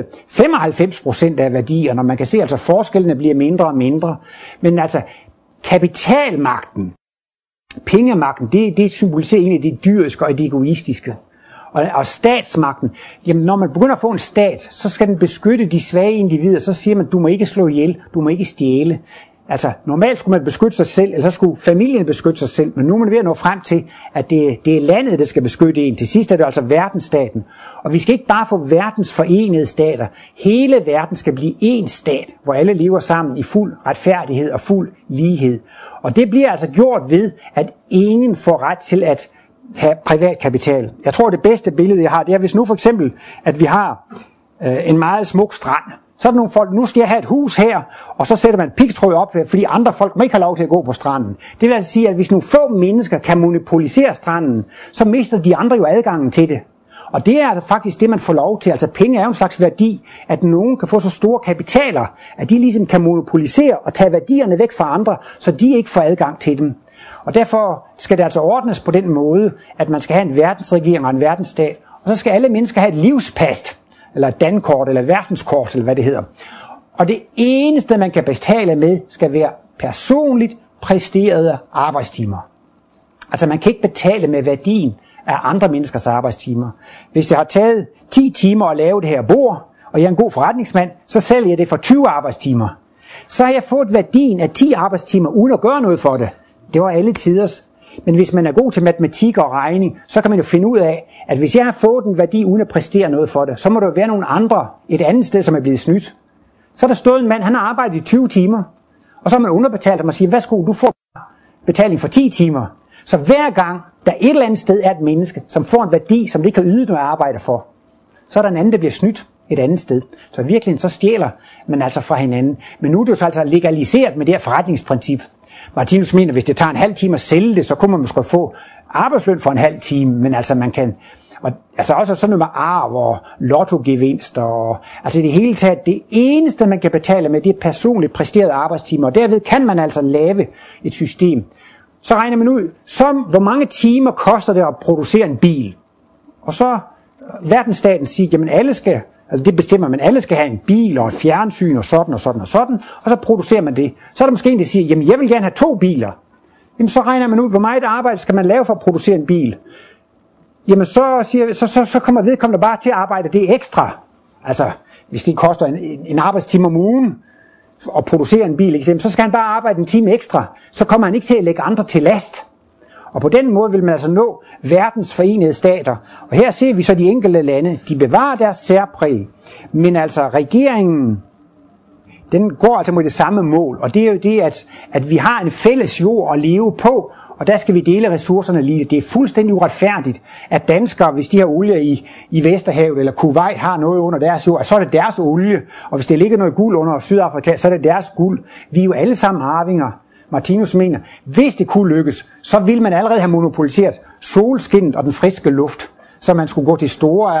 95% af værdierne, og man kan se, altså forskellene bliver mindre og mindre. Men altså, kapitalmagten, pengemagten, det symboliserer egentlig det dyriske og det egoistiske. Og statsmagten, jamen når man begynder at få en stat, så skal den beskytte de svage individer, så siger man, du må ikke slå ihjel, du må ikke stjæle. Altså normalt skulle man beskytte sig selv, eller så skulle familien beskytte sig selv, men nu er man ved at nå frem til, at det er landet, der skal beskytte en. Til sidst er det altså verdensstaten. Og vi skal ikke bare få verdens forenede stater. Hele verden skal blive én stat, hvor alle lever sammen i fuld retfærdighed og fuld lighed. Og det bliver altså gjort ved, at ingen får ret til at have privat kapital. Jeg tror, det bedste billede, jeg har, det er, hvis nu for eksempel, at vi har en meget smuk strand. Så er der nogle folk, nu skal jeg have et hus her, og så sætter man pigtråd op, fordi andre folk må ikke have lov til at gå på stranden. Det vil altså sige, at hvis nogle få mennesker kan monopolisere stranden, så mister de andre jo adgangen til det. Og det er faktisk det, man får lov til. Altså penge er jo en slags værdi, at nogen kan få så store kapitaler, at de ligesom kan monopolisere og tage værdierne væk fra andre, så de ikke får adgang til dem. Og derfor skal det altså ordnes på den måde, at man skal have en verdensregering og en verdensstat, og så skal alle mennesker have et livspast, eller et dankort, eller et verdenskort, eller hvad det hedder. Og det eneste, man kan betale med, skal være personligt præsterede arbejdstimer. Altså man kan ikke betale med værdien af andre menneskers arbejdstimer. Hvis jeg har taget 10 timer at lave det her bord, og jeg er en god forretningsmand, så sælger jeg det for 20 arbejdstimer. Så har jeg fået værdien af 10 arbejdstimer, uden at gøre noget for det. Det var alle tiders. Men hvis man er god til matematik og regning, så kan man jo finde ud af, at hvis jeg har fået en værdi uden at præstere noget for det, så må der være nogle andre et andet sted, som er blevet snydt. Så er der stået en mand, han har arbejdet i 20 timer, og så har man underbetalt ham og siger, værsgo, du får betaling for 10 timer. Så hver gang der et eller andet sted er et menneske, som får en værdi, som det ikke har ydet noget arbejde for, så er der en anden, der bliver snydt et andet sted. Så virkelig så stjæler man altså fra hinanden. Men nu er det jo så altså legaliseret med det her forretningsprincip. Martinus mener, hvis det tager en halv time at sælge det, så kunne man måske få arbejdsløn for en halv time, men altså man kan, og altså også sådan noget med arv og lottogevinster, og altså i det hele taget, det eneste man kan betale med, det er personligt præsterede arbejdstimer, og derved kan man altså lave et system. Så regner man ud, hvor mange timer koster det at producere en bil, og så verdensstaten siger, jamen alle skal, altså det bestemmer man, alle skal have en bil og et fjernsyn og sådan og sådan og sådan, og så producerer man det. Så er der måske en, der siger, jamen jeg vil gerne have 2 biler. Jamen så regner man ud, hvor meget arbejde skal man lave for at producere en bil. Jamen så kommer vedkommende bare til at arbejde det ekstra. Altså hvis det koster en arbejdstime om ugen at producere en bil, så skal han bare arbejde en time ekstra. Så kommer han ikke til at lægge andre til last. Og på den måde vil man altså nå verdens forenede stater. Og her ser vi så de enkelte lande, de bevarer deres særpræg, men altså regeringen, den går altså mod det samme mål. Og det er jo det, at vi har en fælles jord at leve på, og der skal vi dele ressourcerne lige. Det er fuldstændig uretfærdigt, at danskere, hvis de har olie i Vesterhavet eller Kuwait har noget under deres jord, så er det deres olie. Og hvis der ligger noget guld under Sydafrika, så er det deres guld. Vi er jo alle sammen arvinger. Martinus mener, hvis det kunne lykkes, så ville man allerede have monopoliseret solskinnet og den friske luft. Så man skulle gå til store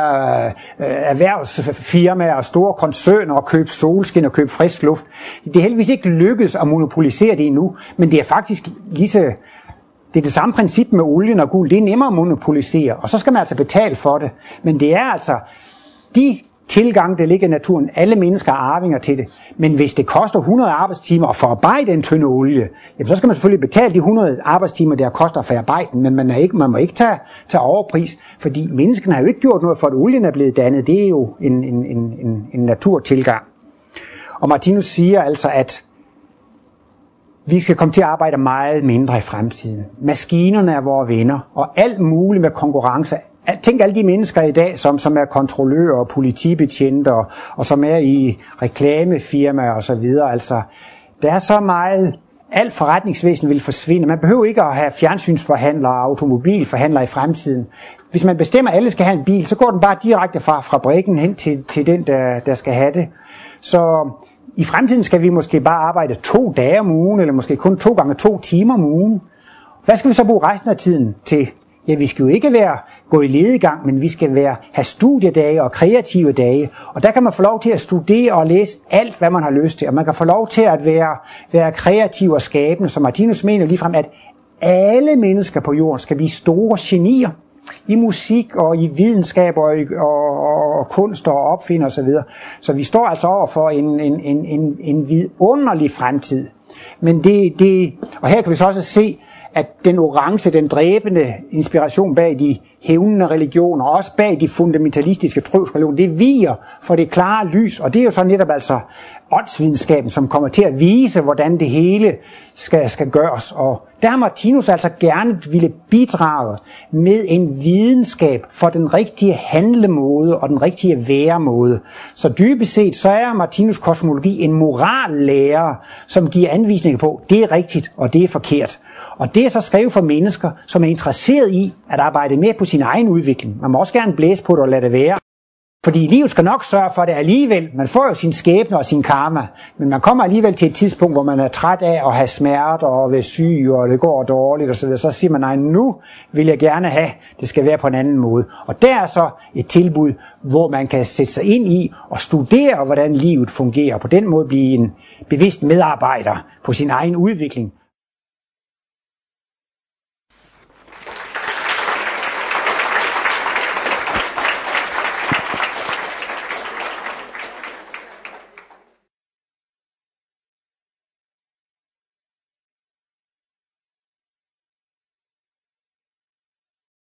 erhvervsfirmaer og store koncerner og købe solskin og købe frisk luft. Det er heldigvis ikke lykkedes at monopolisere det endnu, men det er faktisk det er det samme princip med olien og guld. Det er nemmere at monopolisere, og så skal man altså betale for det. Men det er altså de tilgang, der ligger i naturen. Alle mennesker er arvinger til det. Men hvis det koster 100 arbejdstimer at forarbejde en tynde olie, jamen så skal man selvfølgelig betale de 100 arbejdstimer, der koster at forarbejde den, men man må ikke tage overpris, fordi menneskene har jo ikke gjort noget for, at olien er blevet dannet. Det er jo en naturtilgang. Og Martinus siger altså, at Vi skal komme til at arbejde meget mindre i fremtiden. Maskinerne er vores venner, og alt muligt med konkurrence. Tænk alle de mennesker i dag, som er kontrollører og politibetjente, og som er i reklamefirmaer og så videre. Altså, der er så meget, alt forretningsvæsen vil forsvinde. Man behøver ikke at have fjernsynsforhandlere og automobilforhandlere i fremtiden. Hvis man bestemmer, at alle skal have en bil, så går den bare direkte fra fabrikken hen til den, der skal have det. Så i fremtiden skal vi måske bare arbejde 2 dage om ugen, eller måske kun 2 gange 2 timer om ugen. Hvad skal vi så bruge resten af tiden til? Ja, vi skal jo ikke gå i lediggang, men vi skal have studiedage og kreative dage. Og der kan man få lov til at studere og læse alt, hvad man har lyst til. Og man kan få lov til at være kreativ og skabende. Så Martinus mener ligefrem, at alle mennesker på jorden skal blive store genier i musik og i videnskab og kunst og opfind og så videre. Så vi står altså over for en vidunderlig fremtid. Men og her kan vi så også se, at den orange, den dræbende inspiration bag de hævnende religioner, og også bag de fundamentalistiske trosreligioner, det viger for det klare lys, og det er jo så netop altså åndsvidenskaben, som kommer til at vise, hvordan det hele skal gøres. Og der har Martinus altså gerne ville bidrage med en videnskab for den rigtige handlemåde og den rigtige væremåde. Så dybest set, så er Martinus kosmologi en morallærer, som giver anvisninger på, det er rigtigt og det er forkert. Og det er så skrevet for mennesker, som er interesseret i at arbejde med på sin egen udvikling. Man må også gerne blæse på det og lade det være. Fordi livet skal nok sørge for det alligevel. Man får jo sin skæbne og sin karma, men man kommer alligevel til et tidspunkt, hvor man er træt af at have smerter og være syg, og det går dårligt osv. Så siger man, nej, nu vil jeg gerne have, det skal være på en anden måde. Og der er så et tilbud, hvor man kan sætte sig ind i og studere, hvordan livet fungerer. På den måde blive en bevidst medarbejder på sin egen udvikling.